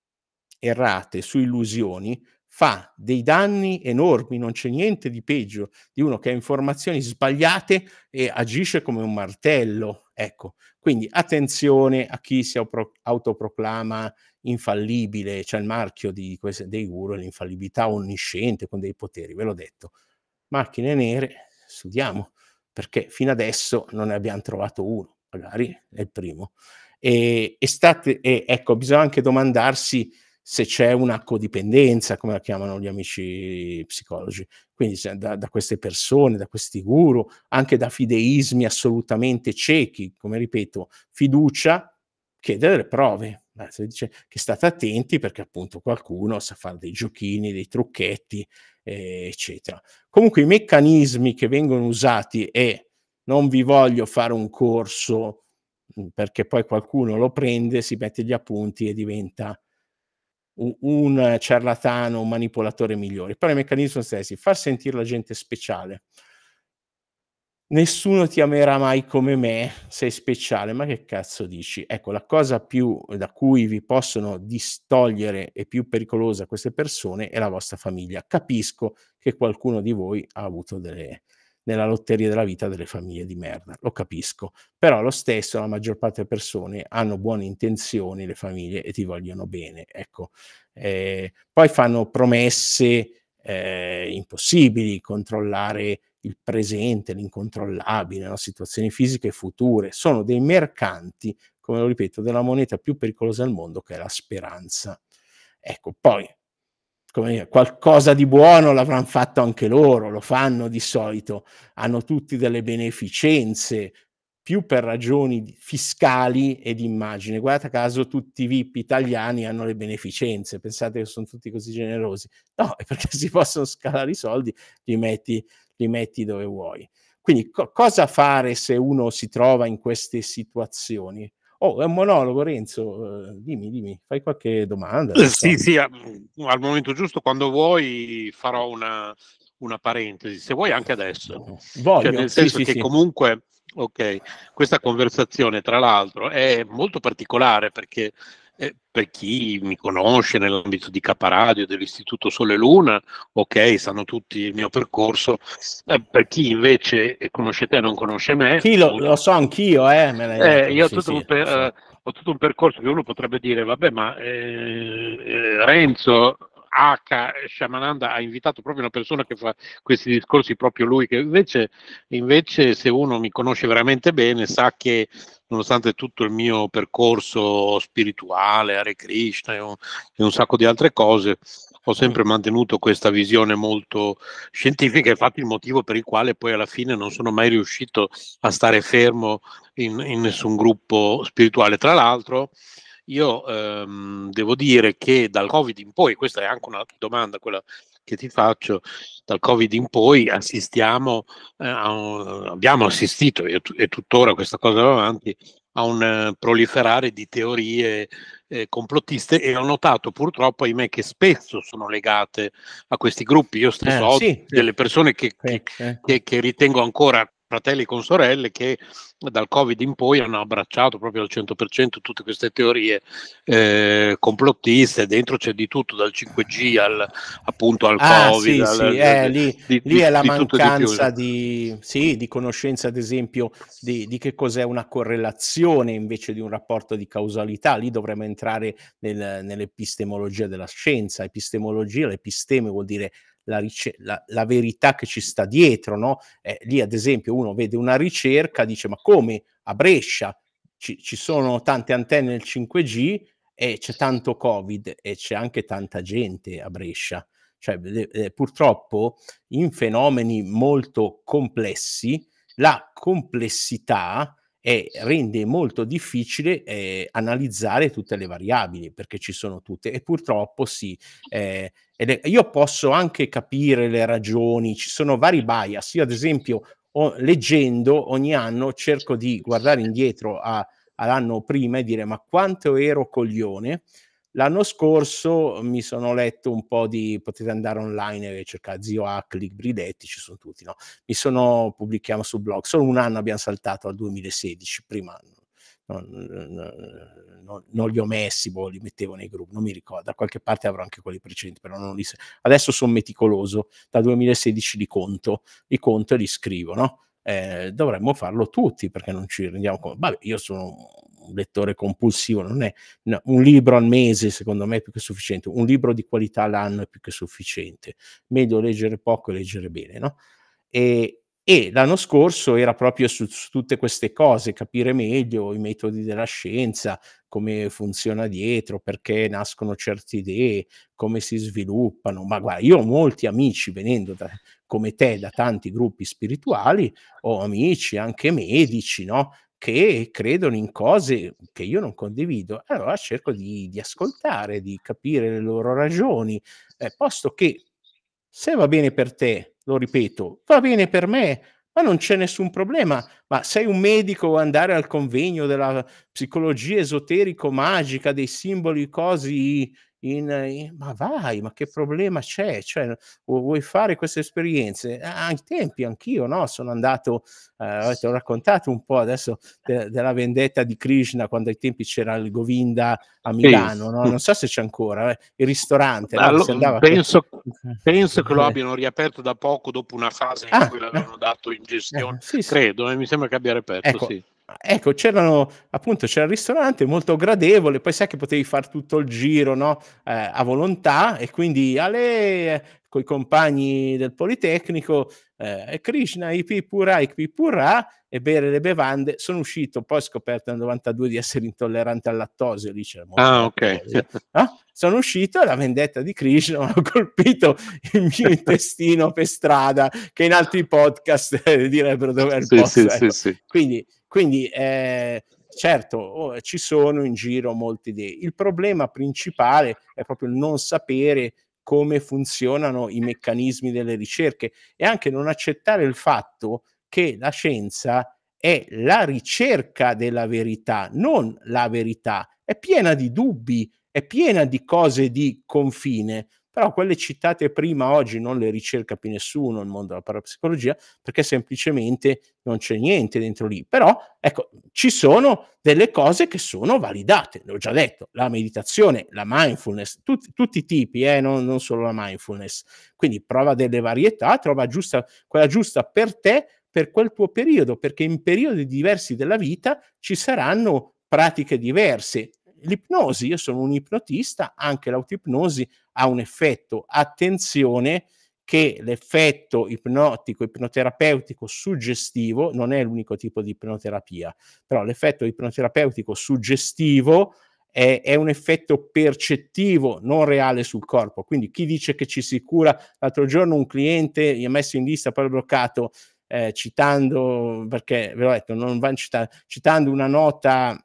errate, su illusioni, fa dei danni enormi, non c'è niente di peggio di uno che ha informazioni sbagliate e agisce come un martello. Ecco, quindi attenzione a chi si autoproclama infallibile, c'è il marchio di queste, dei guru, l'infallibilità onnisciente con dei poteri, ve l'ho detto. Macchine nere, studiamo, perché fino adesso non ne abbiamo trovato uno, magari è il primo. E, e, state, e ecco, bisogna anche domandarsi se c'è una codipendenza, come la chiamano gli amici psicologi, quindi da, da queste persone, da questi guru, anche da fideismi assolutamente ciechi, come ripeto, fiducia, chiedere le prove. Beh, si dice che state attenti perché appunto qualcuno sa fare dei giochini, dei trucchetti, eh, eccetera. Comunque i meccanismi che vengono usati e non vi voglio fare un corso perché poi qualcuno lo prende, si mette gli appunti e diventa un ciarlatano, un manipolatore migliore. Però i meccanismi sono stessi: far sentire la gente speciale. Nessuno ti amerà mai come me, sei speciale. Ma che cazzo dici? Ecco, la cosa più da cui vi possono distogliere e più pericolosa queste persone è la vostra famiglia. Capisco che qualcuno di voi ha avuto delle nella lotteria della vita delle famiglie di merda, lo capisco, però lo stesso la maggior parte delle persone hanno buone intenzioni, le famiglie, e ti vogliono bene, ecco. Eh, poi fanno promesse eh, impossibili, controllare il presente, l'incontrollabile, no? Situazioni fisiche future, sono dei mercanti, come lo ripeto, della moneta più pericolosa al mondo, che è la speranza. Ecco, poi come dire, qualcosa di buono l'avranno fatto anche loro, lo fanno di solito, hanno tutti delle beneficenze, più per ragioni fiscali e di immagine. Guardate caso tutti i V I P italiani hanno le beneficenze, pensate che sono tutti così generosi? No, è perché si possono scalare i soldi, li metti, li metti dove vuoi. Quindi co- cosa fare se uno si trova in queste situazioni? Oh, è un monologo, Renzo, uh, dimmi, dimmi, fai qualche domanda. Eh, sì, sì, a, al momento giusto, quando vuoi, farò una, una parentesi, se vuoi anche adesso. Voglio, cioè, nel senso sì, che sì, comunque, ok, questa conversazione, tra l'altro, è molto particolare perché eh, per chi mi conosce nell'ambito di K Radio, dell'Istituto Sole Luna, ok, sanno tutti il mio percorso. Eh, per chi invece conosce te e non conosce me, Chi lo, lo so anch'io, eh, me l'hai eh, detto, io ho sì, tutto, sì, un per, so. eh, ho tutto un percorso che uno potrebbe dire, vabbè, ma eh, eh, Renzo H. Shamananda ha invitato proprio una persona che fa questi discorsi, proprio lui, che invece, invece se uno mi conosce veramente bene sa che nonostante tutto il mio percorso spirituale, Hare Krishna e un, e un sacco di altre cose, ho sempre mantenuto questa visione molto scientifica, infatti il motivo per il quale poi alla fine non sono mai riuscito a stare fermo in, in nessun gruppo spirituale. Tra l'altro io ehm, devo dire che dal Covid in poi, questa è anche una domanda quella che ti faccio, dal Covid in poi assistiamo, eh, a un, abbiamo assistito e, e tuttora questa cosa va avanti, a un eh, proliferare di teorie eh, complottiste, e ho notato purtroppo, ahimè, che spesso sono legate a questi gruppi. Io stesso Eh, ho sì, delle persone che, sì, che, sì. che, che ritengo ancora fratelli con sorelle, che dal Covid in poi hanno abbracciato proprio al cento per cento tutte queste teorie eh, complottiste. Dentro c'è di tutto, dal cinque G al, appunto al Ah, Covid, sì, al, sì, al, eh, lì, di, lì di, è la di tutto e di più. mancanza di, sì, di conoscenza, ad esempio, di, di che cos'è una correlazione invece di un rapporto di causalità. Lì dovremmo entrare nel, nell'epistemologia della scienza. Epistemologia, l'episteme vuol dire la, rice- la, la verità che ci sta dietro, no? Eh, lì, ad esempio, uno vede una ricerca, dice, ma come a Brescia ci, ci sono tante antenne nel cinque G e c'è tanto Covid e c'è anche tanta gente a Brescia. Cioè, eh, purtroppo in fenomeni molto complessi la complessità eh, rende molto difficile eh, analizzare tutte le variabili, perché ci sono tutte, e purtroppo sì. Eh, ed è, io posso anche capire le ragioni, ci sono vari bias. Io ad esempio ho, leggendo ogni anno cerco di guardare indietro a all'anno prima e dire: ma quanto ero coglione. L'anno scorso mi sono letto un po' di, potete andare online e cercare Zio Hack, Libri Detti, ci sono tutti, no? Mi sono, pubblichiamo sul blog, solo un anno abbiamo saltato al duemilasedici, prima non, non, non, non li ho messi, boh, li mettevo nei gruppi, non mi ricordo, da qualche parte avrò anche quelli precedenti, però non li, adesso sono meticoloso, dal duemilasedici li conto, li conto e li scrivo, no? Eh, dovremmo farlo tutti, perché non ci rendiamo conto. Vabbè, io sono un lettore compulsivo, non è no, un libro al mese, secondo me è più che sufficiente, un libro di qualità all'anno è più che sufficiente, meglio leggere poco e leggere bene, no? E, e l'anno scorso era proprio su, su tutte queste cose, capire meglio i metodi della scienza, come funziona dietro, perché nascono certe idee, come si sviluppano. Ma guarda, io ho molti amici, venendo da, come te, da tanti gruppi spirituali, ho amici anche medici, no? Che credono in cose che io non condivido. Allora cerco di, di ascoltare, di capire le loro ragioni, eh, posto che se va bene per te, lo ripeto, va bene per me, ma non c'è nessun problema. Ma sei un medico, vuoi andare al convegno della psicologia esoterico-magica, dei simboli, cosi in, in ma vai, ma che problema c'è? Cioè, vuoi fare queste esperienze? Ai tempi anch'io, no? Sono andato, eh, ti ho raccontato un po' adesso de- della vendetta di Krishna, quando ai tempi c'era il Govinda a Milano, no? Non so se c'è ancora, eh, il ristorante, no? Allora, Si andava penso, que- penso che lo abbiano riaperto da poco, dopo una fase in Ah, cui l'avevano ah, dato in eh, gestione, sì, sì. credo, e eh, mi sembra che abbia riaperto, Ecco, sì. ecco, c'erano appunto c'era il ristorante molto gradevole, poi sai che potevi far tutto il giro, no, eh, a volontà, e quindi ale coi compagni del Politecnico, eh, Krishna, Ipi Pura, Ipi Pura, e bere le bevande. Sono uscito, poi ho scoperto nel novantadue di essere intollerante al lattosio, lì c'era molto Ah, ok. lattosio. No? Sono uscito e la vendetta di Krishna ha colpito il mio intestino per strada, che in altri podcast eh, direbbero dov'è il Sì, posto. sì, Ecco. sì, sì. Quindi, quindi eh, certo, oh, ci sono in giro molte idee. Il problema principale è proprio il non sapere come funzionano i meccanismi delle ricerche, e anche non accettare il fatto che la scienza è la ricerca della verità, non la verità. È piena di dubbi, è piena di cose di confine, però quelle citate prima oggi non le ricerca più nessuno nel mondo della parapsicologia, perché semplicemente non c'è niente dentro lì. Però ecco, ci sono delle cose che sono validate, l'ho già detto, la meditazione, la mindfulness, tutti, tutti i tipi, eh, non, non solo la mindfulness. Quindi prova delle varietà, trova giusta, quella giusta per te, per quel tuo periodo, perché in periodi diversi della vita ci saranno pratiche diverse. L'ipnosi, io sono un ipnotista, anche l'autoipnosi ha un effetto. Attenzione che l'effetto ipnotico, ipnoterapeutico suggestivo non è l'unico tipo di ipnoterapia, però l'effetto ipnoterapeutico suggestivo è, è un effetto percettivo, non reale sul corpo. Quindi chi dice che ci si cura, l'altro giorno un cliente mi ha messo in lista, poi l'ho bloccato, eh, citando, perché ve l'ho detto, non va citare, citando una nota,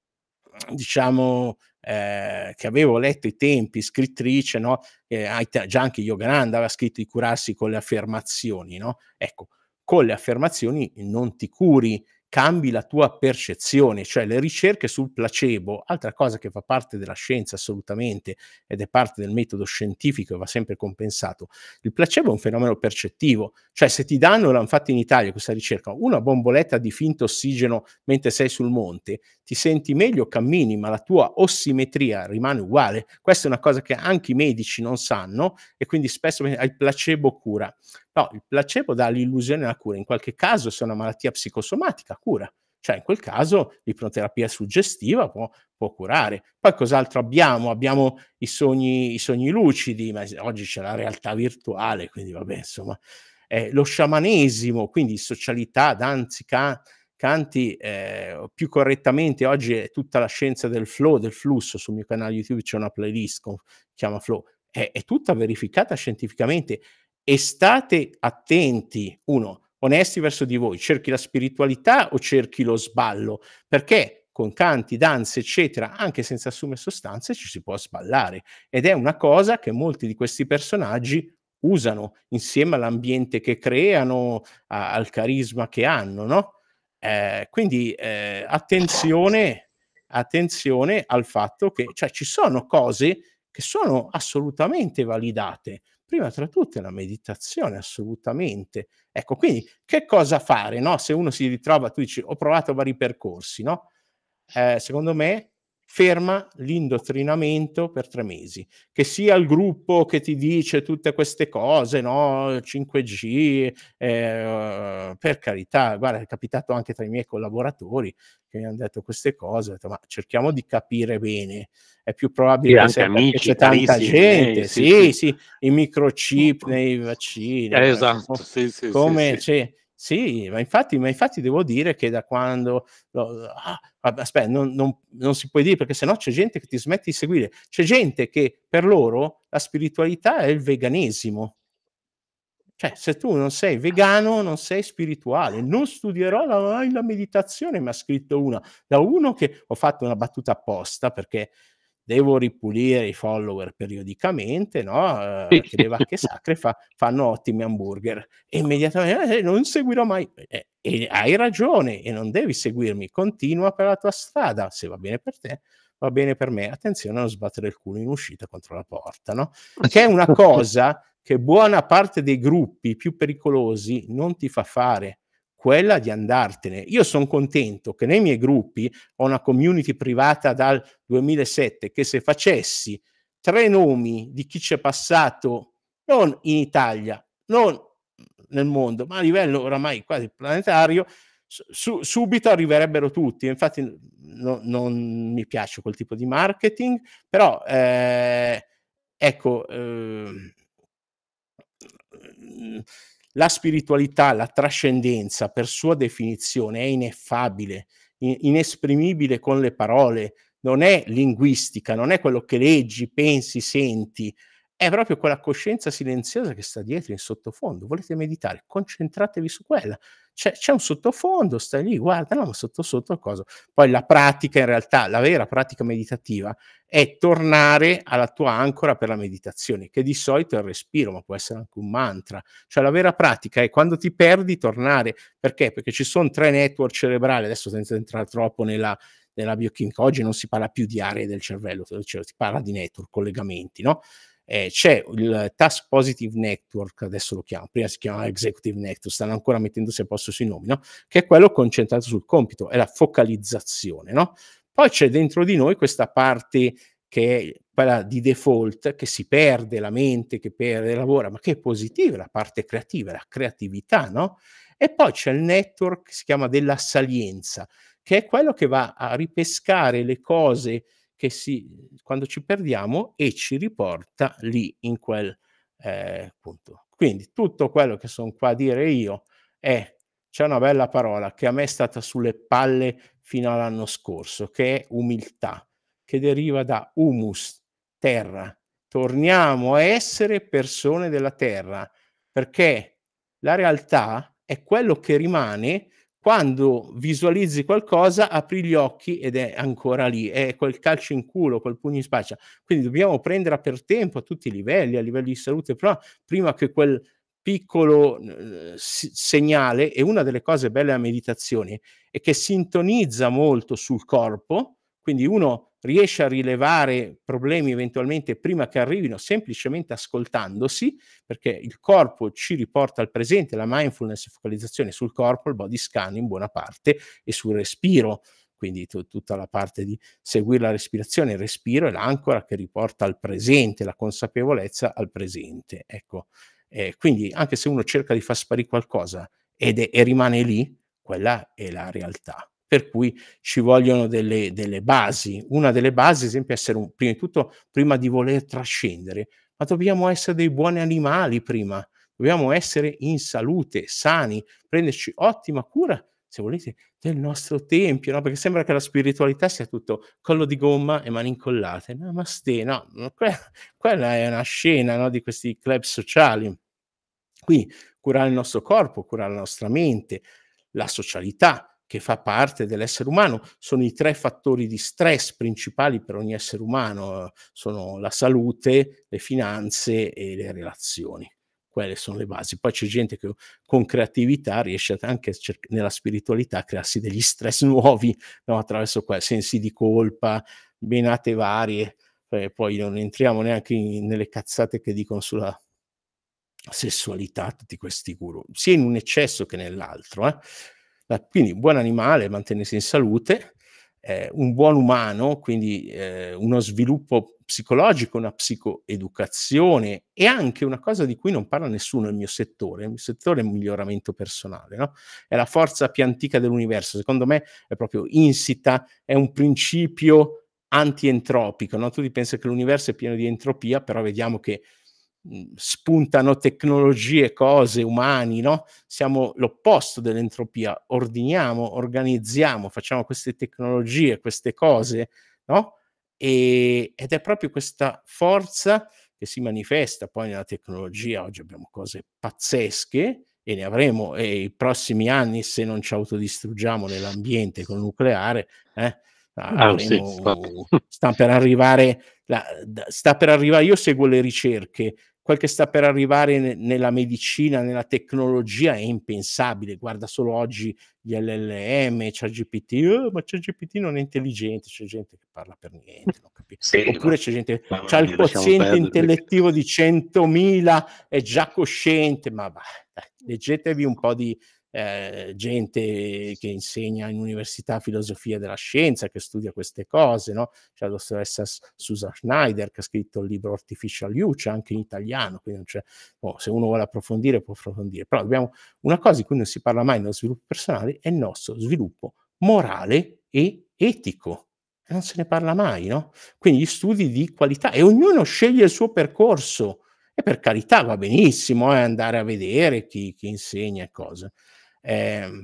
diciamo, eh, che avevo letto ai tempi, scrittrice, no? Eh, già anche Yogananda aveva scritto di curarsi con le affermazioni, no? Ecco, con le affermazioni non ti curi, cambi la tua percezione, cioè le ricerche sul placebo, altra cosa che fa parte della scienza assolutamente ed è parte del metodo scientifico e va sempre compensato. Il placebo è un fenomeno percettivo, cioè se ti danno, l'hanno fatto in Italia questa ricerca, una bomboletta di finto ossigeno mentre sei sul monte, ti senti meglio, cammini, ma la tua ossimetria rimane uguale. Questa è una cosa che anche i medici non sanno e quindi spesso il placebo cura. No, il placebo dà l'illusione della cura, in qualche caso se è una malattia psicosomatica cura, cioè in quel caso l'ipnoterapia suggestiva può, può curare. Poi cos'altro abbiamo? Abbiamo i sogni, i sogni lucidi, ma oggi c'è la realtà virtuale, quindi vabbè, insomma, eh, lo sciamanesimo, quindi socialità, danzi, can- canti, eh, più correttamente oggi è tutta la scienza del flow, del flusso. Sul mio canale YouTube c'è una playlist che chiama Flow, è, è tutta verificata scientificamente. E state attenti, uno, onesti verso di voi, cerchi la spiritualità o cerchi lo sballo? Perché con canti, danze, eccetera, anche senza assumere sostanze, ci si può sballare. Ed è una cosa che molti di questi personaggi usano insieme all'ambiente che creano, a, al carisma che hanno, no? Eh, quindi eh, attenzione, attenzione al fatto che, cioè, ci sono cose che sono assolutamente validate. Prima tra tutte la meditazione, assolutamente. Ecco, quindi che cosa fare, no? Se uno si ritrova, tu dici, ho provato vari percorsi, no? Eh, secondo me, ferma l'indottrinamento per tre mesi. Che sia il gruppo che ti dice tutte queste cose, no? cinque G, eh, per carità, guarda, è capitato anche tra i miei collaboratori che mi hanno detto queste cose, ho detto, ma cerchiamo di capire bene. È più probabile Sì, che anche sia perché amici, c'è tanta carissimi gente, miei, sì, sì, sì. sì, i microchip nei vaccini, Eh, ecco, esatto, sì, sì, sì, come sì. c'è, sì, ma infatti, ma infatti devo dire che da quando, no, ah, aspetta, non, non, non si può dire perché sennò c'è gente che ti smette di seguire, c'è gente che per loro la spiritualità è il veganesimo. Cioè, se tu non sei vegano, non sei spirituale. Non studierò la, la meditazione, mi ha scritto una. Da uno che ho fatto una battuta apposta perché devo ripulire i follower periodicamente, no? Eh, che le vacche sacre fa, fanno ottimi hamburger. E immediatamente eh, non seguirò mai. Eh, e hai ragione, e non devi seguirmi. Continua per la tua strada. Se va bene per te, va bene per me. Attenzione a non sbattere il culo in uscita contro la porta, no? Che è una cosa che buona parte dei gruppi più pericolosi non ti fa fare, quella di andartene. Io son contento che nei miei gruppi ho una community privata dal duemilasette, che se facessi tre nomi di chi c'è passato, non in Italia, non nel mondo, ma a livello oramai quasi planetario, su, subito arriverebbero tutti. Infatti no, non mi piace quel tipo di marketing, però eh, ecco, eh, la spiritualità, la trascendenza, per sua definizione, è ineffabile, inesprimibile con le parole, non è linguistica, non è quello che leggi, pensi, senti, è proprio quella coscienza silenziosa che sta dietro in sottofondo. Volete meditare? Concentratevi su quella. C'è, c'è un sottofondo, stai lì, guarda, no, ma sotto sotto cosa. Poi la pratica, in realtà, la vera pratica meditativa è tornare alla tua ancora per la meditazione, che di solito è il respiro, ma può essere anche un mantra. Cioè la vera pratica è quando ti perdi tornare. Perché? Perché ci sono tre network cerebrali, adesso senza entrare troppo nella, nella biochimica, oggi non si parla più di aree del cervello, cioè si parla di network, collegamenti, no? Eh, c'è il Task Positive Network, adesso lo chiamo, prima si chiamava Executive Network, stanno ancora mettendosi a posto sui nomi, no? Che è quello concentrato sul compito, è la focalizzazione, no? Poi c'è dentro di noi questa parte che è quella di default, che si perde la mente, che perde, lavora, ma che è positiva, la parte creativa, la creatività, no? E poi c'è il network che si chiama della salienza, che è quello che va a ripescare le cose che si, quando ci perdiamo, e ci riporta lì in quel eh, punto. Quindi tutto quello che sono qua a dire io è, c'è una bella parola che a me è stata sulle palle fino all'anno scorso, che è umiltà, che deriva da humus, terra. Torniamo a essere persone della terra, perché la realtà è quello che rimane quando visualizzi qualcosa, apri gli occhi ed è ancora lì, è quel calcio in culo, quel pugno in faccia. Quindi dobbiamo prendere per tempo a tutti i livelli, a livello di salute, però prima che quel piccolo eh, segnale. E una delle cose belle della meditazione è che sintonizza molto sul corpo, quindi uno riesce a rilevare problemi eventualmente prima che arrivino semplicemente ascoltandosi, perché il corpo ci riporta al presente, la mindfulness e focalizzazione sul corpo, il body scan in buona parte e sul respiro, quindi t- tutta la parte di seguire la respirazione, il respiro è l'ancora che riporta al presente, la consapevolezza al presente, ecco. Eh, quindi anche se uno cerca di far sparire qualcosa ed è, e rimane lì, quella è la realtà. Per cui ci vogliono delle, delle basi. Una delle basi, ad esempio, è essere un, prima di tutto, prima di voler trascendere, ma dobbiamo essere dei buoni animali prima, dobbiamo essere in salute, sani, prenderci ottima cura, se volete, del nostro tempio, no? Perché sembra che la spiritualità sia tutto collo di gomma e mani incollate. Namaste, no, que- quella è una scena, no, di questi club sociali. Qui curare il nostro corpo, curare la nostra mente, la socialità che fa parte dell'essere umano, sono i tre fattori di stress principali per ogni essere umano, sono la salute, le finanze e le relazioni. Quelle sono le basi. Poi c'è gente che con creatività riesce anche cerc- nella spiritualità a crearsi degli stress nuovi, no? Attraverso que- sensi di colpa, benate varie, eh, poi non entriamo neanche in, nelle cazzate che dicono sulla sessualità, tutti questi guru, sia in un eccesso che nell'altro. Eh? Quindi buon animale, mantenersi in salute, eh, un buon umano, quindi eh, uno sviluppo psicologico, una psicoeducazione e anche una cosa di cui non parla nessuno nel mio settore, il mio settore è il miglioramento personale, no? È la forza più antica dell'universo, secondo me è proprio insita, è un principio anti-entropico, no? Tu pensi che l'universo è pieno di entropia, però vediamo che spuntano tecnologie, cose, umani, no? Siamo l'opposto dell'entropia, ordiniamo, organizziamo, facciamo queste tecnologie, queste cose, no? E, ed è proprio questa forza che si manifesta poi nella tecnologia. Oggi abbiamo cose pazzesche e ne avremo e i prossimi anni, se non ci autodistruggiamo nell'ambiente con il nucleare, eh, avremo, Ah, sì, sta per arrivare, la, sta per arrivare, io seguo le ricerche, quel che sta per arrivare ne, nella medicina, nella tecnologia è impensabile. Guarda solo oggi gli L L M, ChatGPT, oh, ma ChatGPT non è intelligente, c'è gente che parla per niente, non capisco. sì, Oppure ma, c'è gente che ma ha il quoziente intellettivo di centomila, è già cosciente, ma bah, dai, leggetevi un po' di eh, gente che insegna in università filosofia della scienza, che studia queste cose, no? C'è la dottoressa Susan Schneider che ha scritto il libro Artificial You, c'è anche in italiano, quindi non c'è, oh, se uno vuole approfondire può approfondire, però abbiamo una cosa di cui non si parla mai nello sviluppo personale, è il nostro sviluppo morale e etico, e non se ne parla mai, no? Quindi gli studi di qualità e ognuno sceglie il suo percorso, e per carità va benissimo eh, andare a vedere chi, chi insegna e cose. Eh,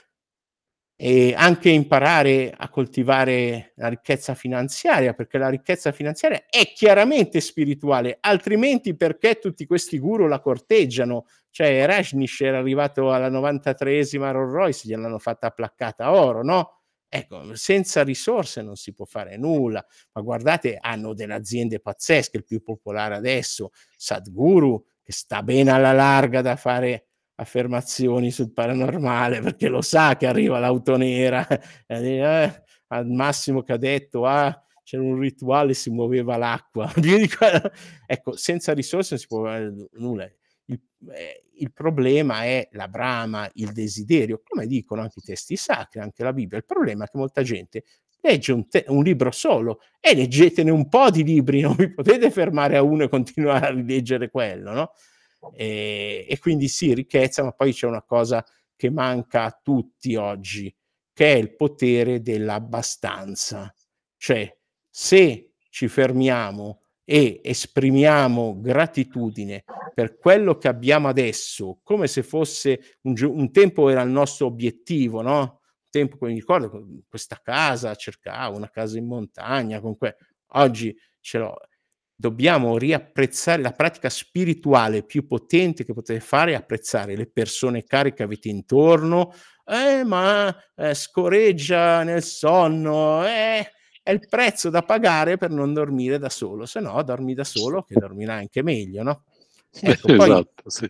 e anche imparare a coltivare la ricchezza finanziaria, perché la ricchezza finanziaria è chiaramente spirituale, altrimenti perché tutti questi guru la corteggiano? Cioè Rajneesh era arrivato alla novantatreesima Rolls Royce, gliel'hanno fatta placcata a oro, no? Ecco, senza risorse non si può fare nulla, ma guardate, hanno delle aziende pazzesche, il più popolare adesso, Sadhguru, che sta bene alla larga da fare affermazioni sul paranormale, perché lo sa che arriva l'auto nera, eh, al massimo che ha detto, ah, c'era un rituale, si muoveva l'acqua. Ecco, senza risorse non si può fare nulla. Il, eh, il problema è la brama, il desiderio, come dicono anche i testi sacri, anche la Bibbia. Il problema è che molta gente legge un, te- un libro solo e leggetene un po' di libri, non vi potete fermare a uno e continuare a rileggere quello, no? E, e quindi sì, ricchezza, ma poi c'è una cosa che manca a tutti oggi, che è il potere dell'abbastanza. Cioè, se ci fermiamo e esprimiamo gratitudine per quello che abbiamo adesso, come se fosse un, un tempo era il nostro obiettivo, no? Un tempo, mi ricordo, questa casa, cercavo una casa in montagna, comunque oggi ce l'ho. Dobbiamo riapprezzare la pratica spirituale più potente che potete fare, è apprezzare le persone care che avete intorno. Eh, ma eh, scoreggia nel sonno, eh, è il prezzo da pagare per non dormire da solo, se no dormi da solo che dormirai anche meglio, no? Ecco, poi Esatto, sì.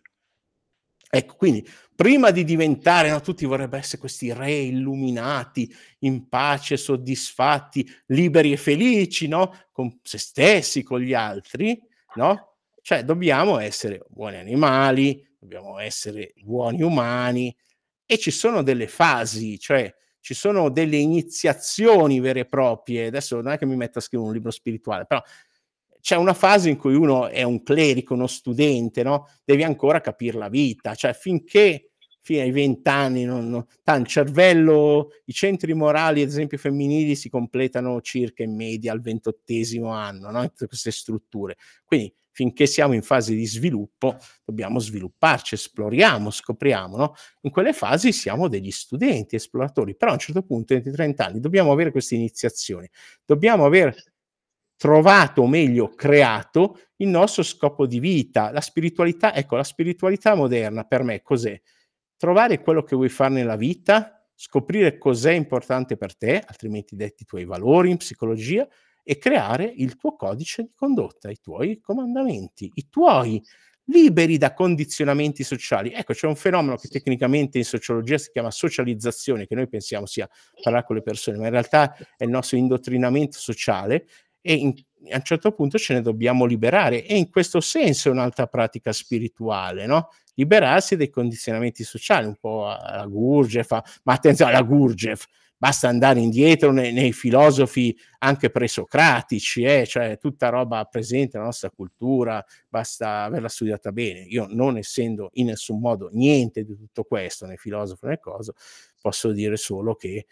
Ecco, quindi prima di diventare, no, tutti vorrebbero essere questi re illuminati, in pace, soddisfatti, liberi e felici, no, con se stessi, con gli altri, no? Cioè dobbiamo essere buoni animali, dobbiamo essere buoni umani e ci sono delle fasi, cioè ci sono delle iniziazioni vere e proprie. Adesso non è che mi metto a scrivere un libro spirituale, però c'è una fase in cui uno è un clerico, uno studente, no? Devi ancora capire la vita, cioè finché fino ai venti anni non, non, tanto cervello, i centri morali, ad esempio femminili, si completano circa in media al ventottesimo anno, no? Queste strutture. Quindi finché siamo in fase di sviluppo dobbiamo svilupparci, esploriamo, scopriamo, no? In quelle fasi siamo degli studenti, esploratori, però a un certo punto, entro i trenta anni, dobbiamo avere queste iniziazioni, dobbiamo aver trovato, o meglio creato, il nostro scopo di vita. La spiritualità, ecco, la spiritualità moderna per me cos'è? Trovare quello che vuoi fare nella vita, scoprire cos'è importante per te, altrimenti detti i tuoi valori in psicologia, e creare il tuo codice di condotta, i tuoi comandamenti, i tuoi liberi da condizionamenti sociali. Ecco, c'è un fenomeno che tecnicamente in sociologia si chiama socializzazione, che noi pensiamo sia parlare con le persone, ma in realtà è il nostro indottrinamento sociale, e in, a un certo punto ce ne dobbiamo liberare, e in questo senso è un'altra pratica spirituale, no? Liberarsi dai condizionamenti sociali, un po' alla Gurdjieff, ma attenzione alla Gurdjieff, basta andare indietro nei, nei filosofi anche presocratici, eh? Cioè tutta roba presente nella nostra cultura, basta averla studiata bene. Io, non essendo in nessun modo niente di tutto questo, né filosofo né cosa, posso dire solo che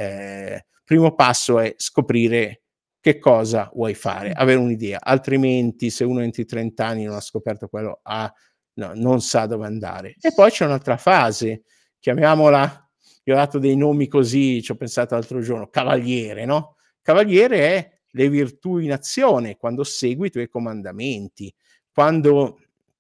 eh, primo passo è scoprire che cosa vuoi fare, avere un'idea, altrimenti se uno entro i trenta anni non ha scoperto quello, ah, no, non sa dove andare. E poi c'è un'altra fase, chiamiamola, io ho dato dei nomi così, ci ho pensato l'altro giorno, cavaliere, no? Cavaliere è le virtù in azione, quando segui i tuoi comandamenti, quando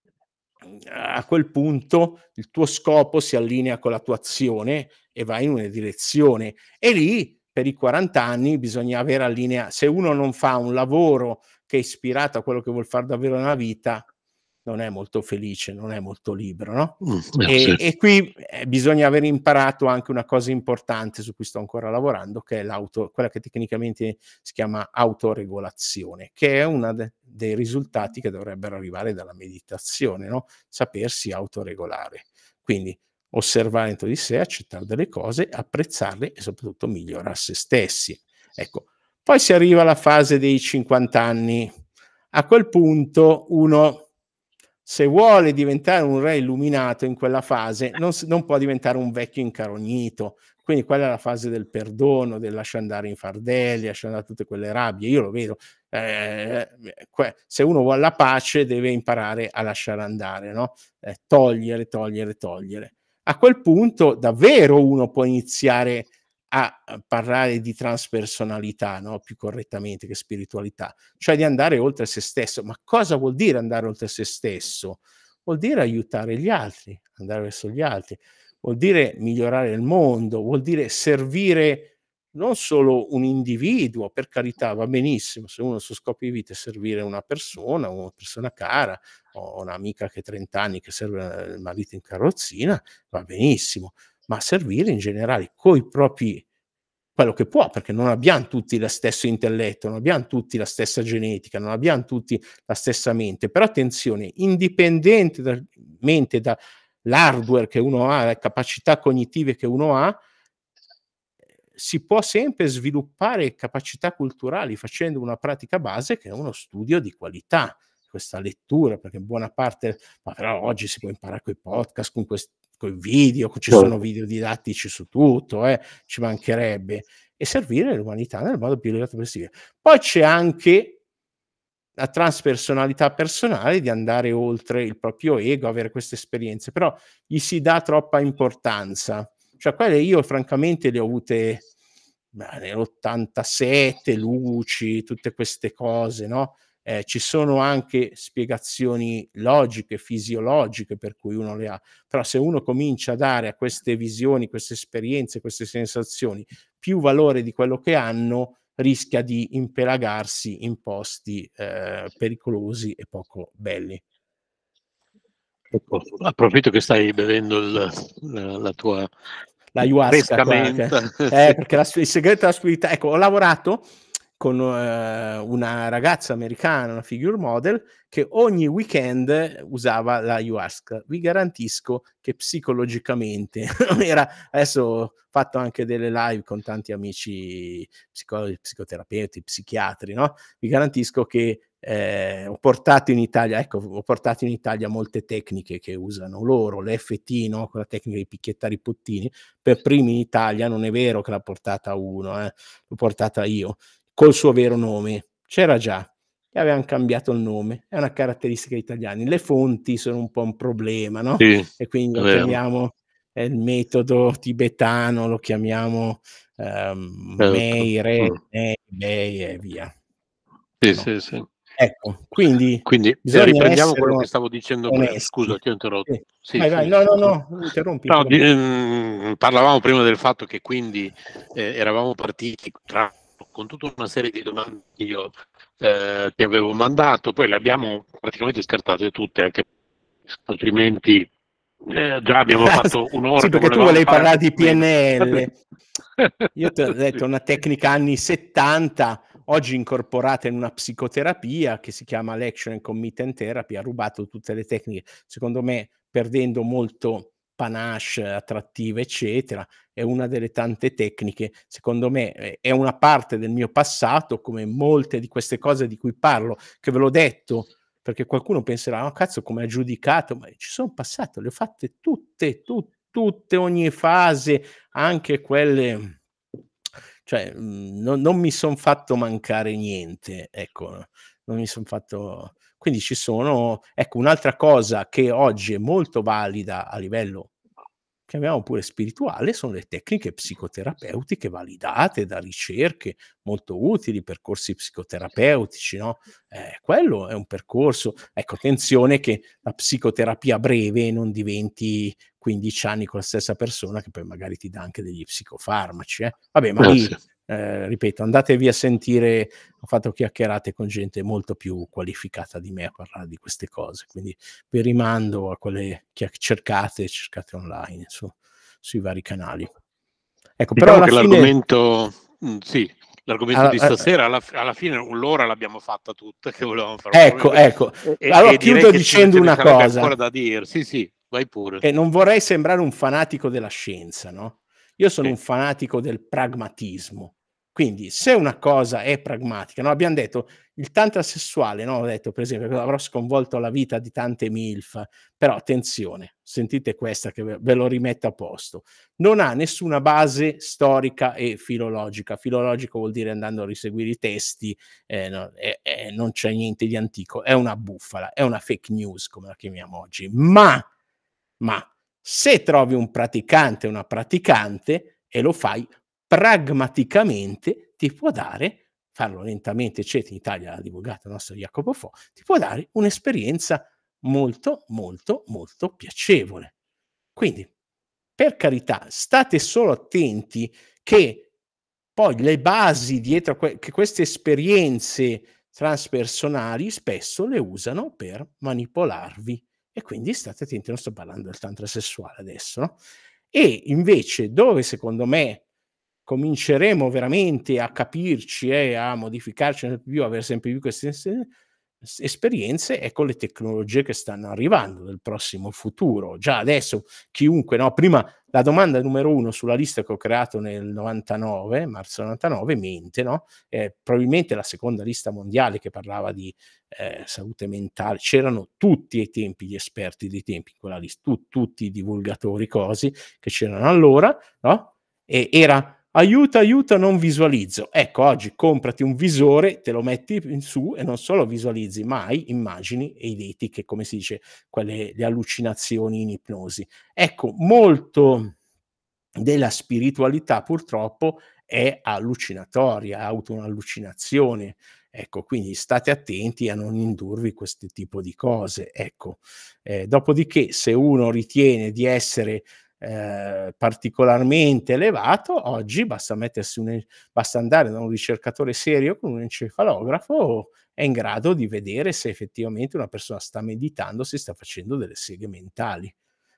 a quel punto il tuo scopo si allinea con la tua azione e vai in una direzione, e lì per i quaranta anni bisogna avere allinea. Se uno non fa un lavoro che è ispirato a quello che vuol fare davvero nella vita, non è molto felice, non è molto libero, no? Mm, e, sì. e qui eh, bisogna aver imparato anche una cosa importante su cui sto ancora lavorando, che è l'auto, quella che tecnicamente si chiama autoregolazione, che è uno de- dei risultati che dovrebbero arrivare dalla meditazione, no? Sapersi autoregolare. Quindi osservare dentro di sé, accettare delle cose, apprezzarle e soprattutto migliorare se stessi. Ecco, poi si arriva alla fase dei cinquanta anni. A quel punto uno, se vuole diventare un re illuminato in quella fase, non, non può diventare un vecchio incarognito. Quindi quella è la fase del perdono, del lasciare andare in fardelli, lasciare andare tutte quelle rabbie. Io lo vedo, eh, se uno vuole la pace deve imparare a lasciare andare, no? Eh, togliere, togliere, togliere. A quel punto davvero uno può iniziare a parlare di transpersonalità, no? Più correttamente che spiritualità, cioè di andare oltre se stesso. Ma cosa vuol dire andare oltre se stesso? Vuol dire aiutare gli altri, andare verso gli altri, vuol dire migliorare il mondo, vuol dire servire non solo un individuo, per carità, va benissimo, se uno il suo scopo di vita è servire una persona, una persona cara, o un'amica che ha trenta anni che serve il marito in carrozzina, va benissimo, ma servire in generale coi propri, quello che può, perché non abbiamo tutti lo stesso intelletto, non abbiamo tutti la stessa genetica, non abbiamo tutti la stessa mente, però attenzione, indipendentemente dall'hardware che uno ha, le capacità cognitive che uno ha, si può sempre sviluppare capacità culturali facendo una pratica base che è uno studio di qualità, questa lettura, perché buona parte, ma però oggi si può imparare con i podcast, con questi con i video, ci sono video didattici su tutto, eh, ci mancherebbe, e servire l'umanità nel modo più elevato possibile. Poi c'è anche la transpersonalità personale, di andare oltre il proprio ego, avere queste esperienze, però gli si dà troppa importanza. cioè quelle io francamente le ho avute beh, nell'ottantasette, luci, tutte queste cose, no? Eh, ci sono anche spiegazioni logiche, fisiologiche per cui uno le ha, però se uno comincia a dare a queste visioni, queste esperienze, queste sensazioni più valore di quello che hanno, rischia di impelagarsi in posti eh, pericolosi e poco belli. Ecco, approfitto che stai bevendo il, la, la tua La ayahuasca qua, che, frescamenta. eh, perché la, il segreto della spiritualità, ecco, ho lavorato con eh, una ragazza americana, una figure model, che ogni weekend usava la ayahuasca. Vi garantisco che psicologicamente era, adesso ho fatto anche delle live con tanti amici psicologi, psicoterapeuti, psichiatri, no? Vi garantisco che eh, ho portato in Italia, ecco, ho portato in Italia molte tecniche che usano loro, l'F T, no? Quella tecnica di picchiettare i puttini, per primi in Italia, non è vero che l'ha portata uno, eh, l'ho portata io, col suo vero nome, c'era già, e avevano cambiato il nome, è una caratteristica italiana, le fonti sono un po' un problema, no? Sì, E quindi lo è vero. chiamiamo eh, il metodo tibetano, lo chiamiamo ehm, Certo. Mei, Re, Mm. Mei, Bei e via. Sì, No. sì, sì. Ecco, quindi, Quindi eh, bisogna riprendiamo essere quello che stavo dicendo prima. onesti. Scusa, ti ho interrotto. Sì. Sì, Vai, sì, vai, no, no, sì. no, interrompi, No, interrompi. di, ehm, parlavamo prima del fatto che quindi eh, eravamo partiti tra, con tutta una serie di domande che io eh, ti avevo mandato, poi le abbiamo praticamente scartate tutte, anche altrimenti eh, già abbiamo fatto un'ora Sì, che perché tu volevamo volevi fare parlare anche di di meno. P N L. Io ti ho Sì. detto una tecnica anni settanta, oggi incorporata in una psicoterapia che si chiama Action and Commitment Therapy, ha rubato tutte le tecniche, secondo me perdendo molto panache, attrattive, eccetera. È una delle tante tecniche, secondo me eh, è una parte del mio passato, come molte di queste cose di cui parlo, che ve l'ho detto, perché qualcuno penserà, oh cazzo come ha giudicato, ma ci sono passato, le ho fatte tutte, tutte, tutte, ogni fase, anche quelle, cioè mh, non, non mi son fatto mancare niente, ecco, non mi son fatto, quindi ci sono, ecco, un'altra cosa che oggi è molto valida a livello, chiamiamo pure spirituale, sono le tecniche psicoterapeutiche validate da ricerche molto utili, percorsi psicoterapeutici, no? Eh, quello è un percorso, ecco, attenzione che la psicoterapia breve non diventi quindici anni con la stessa persona, che poi magari ti dà anche degli psicofarmaci, eh. Vabbè, ma Eh, lì, sì. eh, ripeto, andatevi a sentire, ho fatto chiacchierate con gente molto più qualificata di me a parlare di queste cose, quindi vi rimando a quelle che cercate, cercate online su, sui vari canali. Ecco, però Diciamo alla che fine, l'argomento, mh, sì, l'argomento alla, di stasera alla, alla fine l'ora l'abbiamo fatta tutta che volevamo fare ecco, ecco, e, e, allora e direi chiudo che ce ne, dicendo ce ne una sarebbe cosa, ancora da dire. Sì, sì, vai pure. che non vorrei sembrare un fanatico della scienza, no? Io sono Sì. un fanatico del pragmatismo. Quindi, se una cosa è pragmatica, no? Abbiamo detto il tantra sessuale, no? Ho detto, per esempio, che avrò sconvolto la vita di tante MILF, però attenzione, sentite questa che ve, ve lo rimetto a posto. Non ha nessuna base storica e filologica. Filologico vuol dire andando a riseguire i testi, eh, no, eh, eh, non c'è niente di antico, è una bufala, è una fake news, come la chiamiamo oggi. Ma ma se trovi un praticante o una praticante e lo fai pragmaticamente, ti può dare, farlo lentamente, eccetera, in Italia l'ha divulgato il nostro Jacopo Fo, ti può dare un'esperienza molto, molto, molto piacevole. Quindi, per carità, state solo attenti che poi le basi dietro a que- che queste esperienze transpersonali spesso le usano per manipolarvi. E quindi state attenti, non sto parlando del tantra sessuale adesso, no? E invece dove secondo me cominceremo veramente a capirci e a modificarci sempre più, avere sempre più queste es- esperienze, è con le tecnologie che stanno arrivando del prossimo futuro. Già adesso chiunque, no? Prima la domanda numero uno sulla lista che ho creato nel novantanove, marzo novantanove, mente, no? Eh, probabilmente la seconda lista mondiale che parlava di eh, salute mentale, c'erano tutti ai tempi gli esperti dei tempi in quella lista, tu, tutti i divulgatori cosi che c'erano allora, no? E era aiuta, aiuta, non visualizzo. Ecco, oggi comprati un visore, te lo metti in su e non solo visualizzi, ma hai immagini eidetiche, come si dice, quelle le allucinazioni in ipnosi. Ecco, molto della spiritualità purtroppo è allucinatoria, auto un'allucinazione. Ecco, quindi state attenti a non indurvi questo tipo di cose. Ecco, eh, dopodiché, se uno ritiene di essere eh, particolarmente elevato, oggi basta mettersi un, basta andare da un ricercatore serio con un encefalografo, è in grado di vedere se effettivamente una persona sta meditando, si sta facendo delle seghe mentali.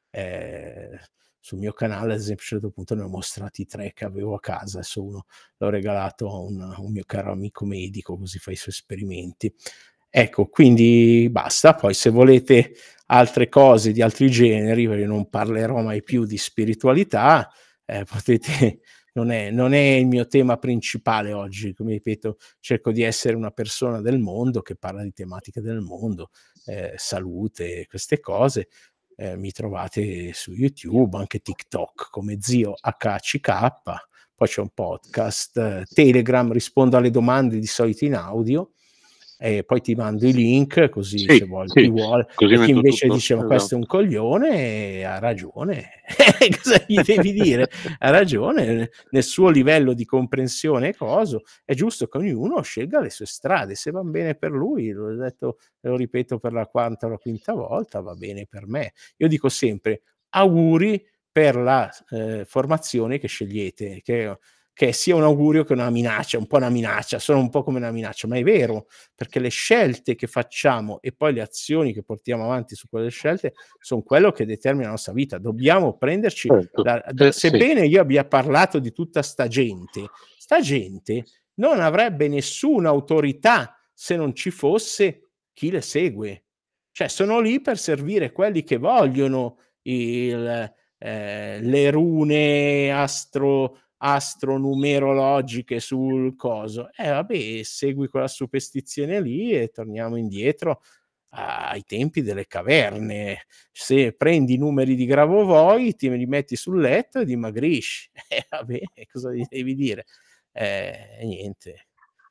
Eh, sul mio canale, ad esempio, a un certo punto ne ho mostrati tre che avevo a casa, adesso uno l'ho regalato a un, un mio caro amico medico, così fa i suoi esperimenti. Ecco, quindi basta. Poi se volete altre cose di altri generi, perché non parlerò mai più di spiritualità, eh, potete, non è, non è il mio tema principale oggi, come ripeto, cerco di essere una persona del mondo che parla di tematiche del mondo, eh, salute, queste cose. Eh, mi trovate su YouTube, anche TikTok come Zio acca ci kappa, poi c'è un podcast, eh, Telegram, rispondo alle domande di solito in audio, e poi ti mando i link così Sì, se vuole, sì, chi vuole, così e chi metto invece tutto, dice ma esatto. questo è un coglione, ha ragione. Cosa gli devi dire? Ha ragione, nel suo livello di comprensione e coso, è giusto che ognuno scelga le sue strade, se va bene per lui, l'ho detto, lo ripeto per la quarta o la quinta volta, va bene per me. Io dico sempre auguri per la eh, formazione che scegliete, che che sia un augurio che una minaccia, un po' una minaccia, sono un po' come una minaccia, ma è vero, perché le scelte che facciamo e poi le azioni che portiamo avanti su quelle scelte sono quello che determina la nostra vita. Dobbiamo prenderci, Certo. la, Eh, sebbene sì. io abbia parlato di tutta sta gente, sta gente non avrebbe nessuna autorità se non ci fosse chi le segue. Cioè sono lì per servire quelli che vogliono il, eh, le rune astro astronumerologiche sul coso, e eh, vabbè, segui quella superstizione lì e torniamo indietro ai tempi delle caverne. Se prendi i numeri di Grabovoi, ti li metti sul letto e dimagrisci. Eh, vabbè, cosa gli devi dire? Eh, niente.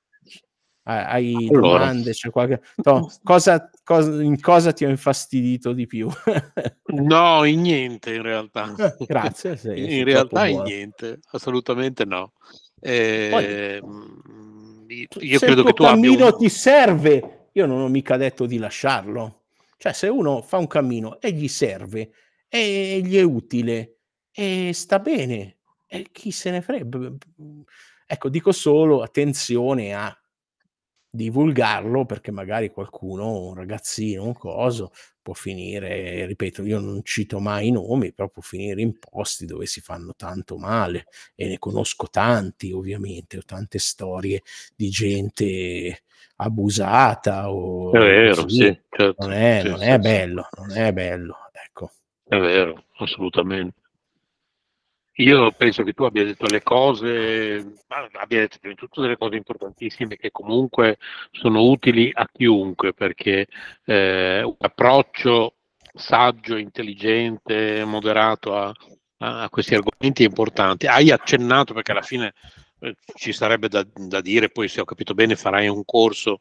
Hai Allora. domande? C'è qualche... no, cosa, cosa, in cosa ti ho infastidito di più? No, in niente in realtà. Eh, grazie, sei, In sei troppo realtà in buono. niente, assolutamente no. Poi, Eh, io se il credo che tuo tu abbia cammino un... ti serve, io non ho mica detto di lasciarlo. Cioè, se uno fa un cammino e gli serve, e gli è utile, e sta bene, e chi se ne frega. Ecco, dico solo attenzione a divulgarlo, perché magari qualcuno, un ragazzino, un coso, può finire, ripeto, io non cito mai i nomi, però può finire in posti dove si fanno tanto male, e ne conosco tanti ovviamente, ho tante storie di gente abusata o È vero, così. sì, certo. Non è, Sì, non sì, è sì. bello, non è bello, ecco. È vero, assolutamente. Io penso che tu abbia detto le cose, abbia detto prima di tutto delle cose importantissime che comunque sono utili a chiunque, perché eh, un approccio saggio, intelligente, moderato a, a questi argomenti è importante. Hai accennato, perché alla fine eh, ci sarebbe da, da dire, poi se ho capito bene farai un corso.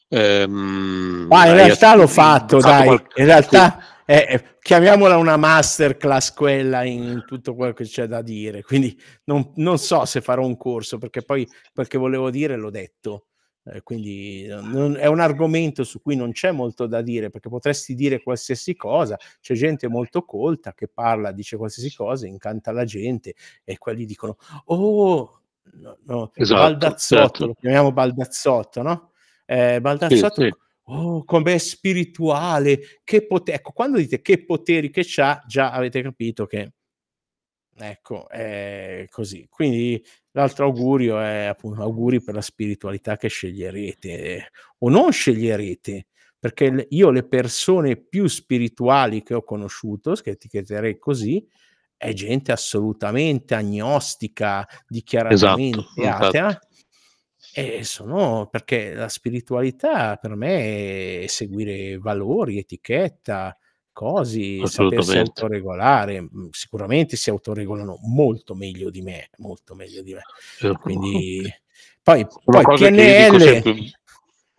Ehm, Ma in hai realtà l'ho fatto, fatto, dai, qualche... in realtà eh, chiamiamola una masterclass quella in tutto quello che c'è da dire, quindi non, non so se farò un corso, perché poi quel che volevo dire l'ho detto, eh, quindi non, è un argomento su cui non c'è molto da dire, perché potresti dire qualsiasi cosa, c'è gente molto colta che parla, dice qualsiasi cosa, incanta la gente, e quelli dicono, oh, no, no, Esatto, Baldazzotto, certo. lo chiamiamo Baldazzotto, no? Eh, Sì, Baldazzotto, sì. oh, com'è spirituale, che potere, ecco, quando dite che poteri che c'ha, già avete capito che, ecco, è così. Quindi l'altro augurio è appunto auguri per la spiritualità che sceglierete o non sceglierete, perché le, io le persone più spirituali che ho conosciuto, che etichetterei così, è gente assolutamente agnostica, Esatto, dichiaratamente infatti. atea. E sono perché la spiritualità per me è seguire valori, etichetta, cosi, sapersi Assolutamente. autoregolare. Sicuramente si autoregolano molto meglio di me, molto meglio di me. Certo. Quindi poi, Sono poi cose che io dico P N L, sempre.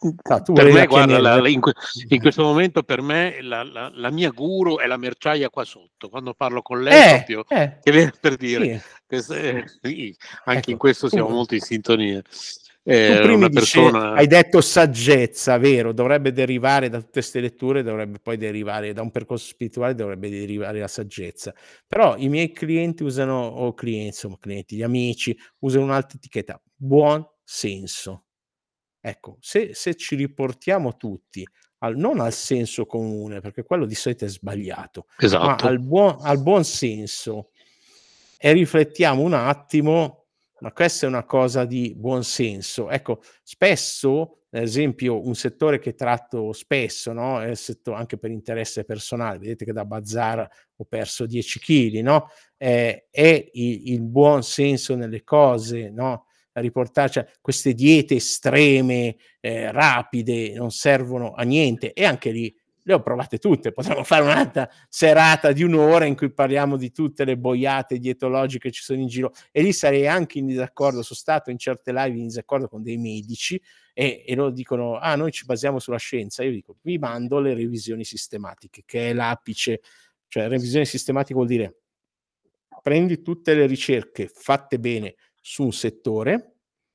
Ah, tu per volevi me, la guarda, Chianese. la- la- in, que- in questo momento per me la, la- la mia guru è la merciaia qua sotto. Quando parlo con lei, Eh, proprio eh, che viene per dire sì, che se- sì, anche in ecco, questo siamo tu, molto in sintonia. tu È prima una dice, persona. hai detto saggezza, vero? Dovrebbe derivare da tutte queste letture, dovrebbe poi derivare da un percorso spirituale, dovrebbe derivare la saggezza. Però i miei clienti usano, o clienti, insomma, clienti, gli amici, usano un'altra etichetta, buon senso. Ecco, se, se ci riportiamo tutti al, non al senso comune, perché quello di solito è sbagliato, ma Esatto. al buon, al buon senso e riflettiamo un attimo, ma questa è una cosa di buon senso. Ecco, spesso, ad esempio, un settore che tratto spesso, no? È il settore anche per interesse personale. Vedete che da Bazar ho perso dieci chili, no? Eh, è il, il buon senso nelle cose, no? A riportarci a queste diete estreme, eh, rapide, non servono a niente. E anche lì le ho provate tutte. Potremmo fare un'altra serata di un'ora in cui parliamo di tutte le boiate dietologiche che ci sono in giro, e lì sarei anche in disaccordo. Sono stato in certe live in disaccordo con dei medici e, e loro dicono: ah, noi ci basiamo sulla scienza. Io dico: vi mando le revisioni sistematiche, che è l'apice. Cioè, revisione sistematica vuol dire prendi tutte le ricerche fatte bene su un settore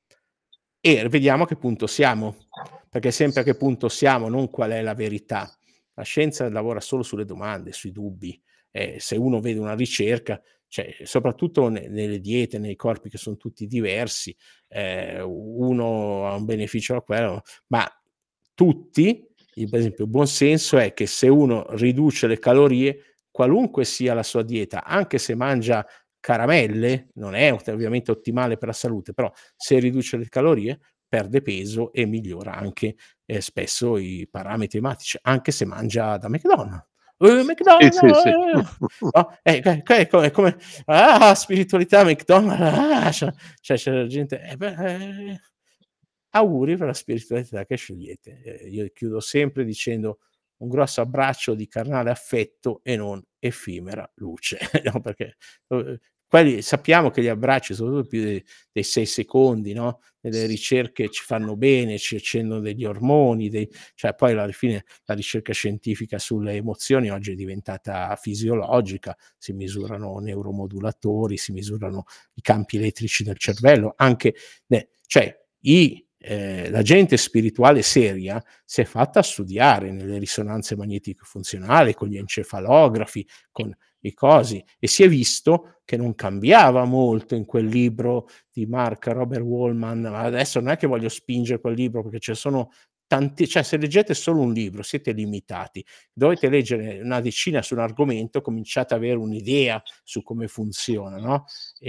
e vediamo a che punto siamo, perché sempre a che punto siamo, non qual è la verità. La scienza lavora solo sulle domande, sui dubbi. Eh, se uno vede una ricerca, cioè, soprattutto ne, nelle diete, nei corpi che sono tutti diversi, eh, uno ha un beneficio da quello, ma tutti, il, per esempio, il buon senso è che se uno riduce le calorie, qualunque sia la sua dieta, anche se mangia caramelle, non è ovviamente ottimale per la salute, però se riduce le calorie perde peso e migliora anche eh, spesso i parametri ematici, anche se mangia da McDonald's. Eh, Sì, sì, sì. McDonald's, oh, eh, eh, è come, è come ah, spiritualità McDonald's, ah, c'è, c'è la gente, eh, beh, eh, auguri per la spiritualità che scegliete. Eh, io chiudo sempre dicendo un grosso abbraccio di carnale affetto e non effimera luce, no, perché eh, quelli, sappiamo che gli abbracci, soprattutto più dei, dei sei secondi, no? Nelle ricerche ci fanno bene, ci accendono degli ormoni, dei, cioè poi alla fine la ricerca scientifica sulle emozioni oggi è diventata fisiologica, si misurano neuromodulatori, si misurano i campi elettrici del cervello, anche, eh, cioè i eh, la gente spirituale seria si è fatta studiare nelle risonanze magnetiche funzionali, con gli encefalografi, con i cosi, e si è visto che non cambiava molto in quel libro di Mark Robert Wallman. Ma adesso non è che voglio spingere quel libro, perché ci sono tanti, cioè se leggete solo un libro siete limitati, dovete leggere una decina su un argomento, cominciate ad avere un'idea su come funziona, no?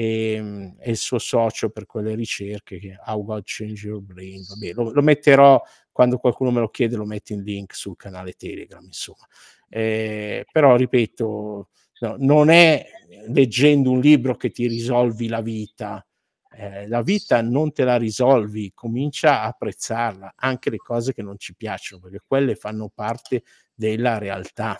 E, e il suo socio per quelle ricerche, che How God Change Your Brain, vabbè, lo, lo metterò quando qualcuno me lo chiede, lo metto in link sul canale Telegram, insomma. Eh, però ripeto, no, non è leggendo un libro che ti risolvi la vita. Eh, la vita non te la risolvi, comincia a apprezzarla, anche le cose che non ci piacciono, perché quelle fanno parte della realtà.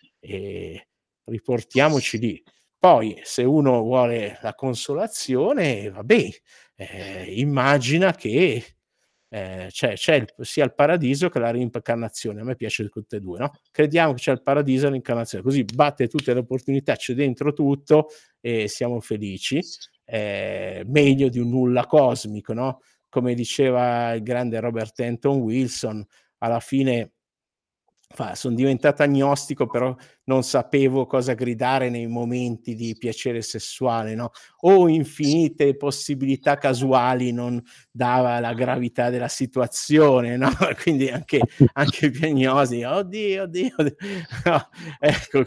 E riportiamoci lì. Poi, se uno vuole la consolazione, vabbè, eh, immagina che eh, c'è, c'è il, sia il paradiso che la reincarnazione. A me piace tutte e due, no? Crediamo che c'è il paradiso e l'incarnazione, così batte tutte le opportunità, c'è dentro tutto e siamo felici. Eh, meglio di un nulla cosmico, no? Come diceva il grande Robert Anton Wilson, alla fine fa, sono diventato agnostico, però non sapevo cosa gridare nei momenti di piacere sessuale, no? O infinite possibilità casuali non dava la gravità della situazione, no? Quindi anche, anche i più agnostici, oddio, oddio, oddio. No, ecco,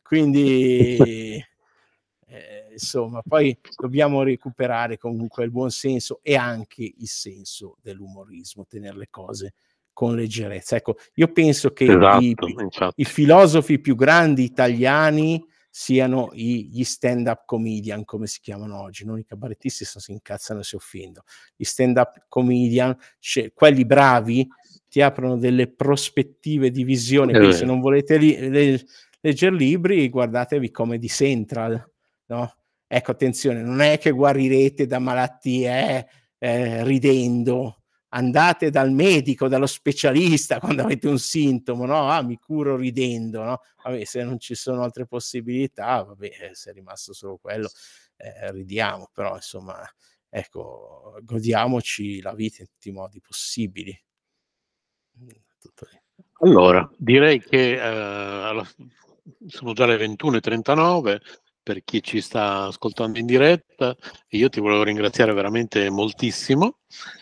quindi eh, insomma, poi dobbiamo recuperare comunque il buon senso e anche il senso dell'umorismo, tenere le cose con leggerezza. Ecco, io penso che i, Esatto, i infatti. filosofi più grandi italiani siano i, gli stand-up comedian, come si chiamano oggi, non i cabarettisti, se si incazzano e si offendono. Gli stand-up comedian, cioè, quelli bravi, ti aprono delle prospettive di visione. Quindi se non volete li, le, leggere libri, guardatevi Comedy Central, no? Ecco, attenzione, non è che guarirete da malattie eh, ridendo, andate dal medico, dallo specialista quando avete un sintomo, no? Ah, mi curo ridendo, no? Vabbè, se non ci sono altre possibilità, vabbè, se è rimasto solo quello, eh, ridiamo, però insomma, ecco, godiamoci la vita in tutti i modi possibili. Tutto lì. Allora, direi che eh, alla, sono già le ventuno e trentanove per chi ci sta ascoltando in diretta, e io ti volevo ringraziare veramente moltissimo,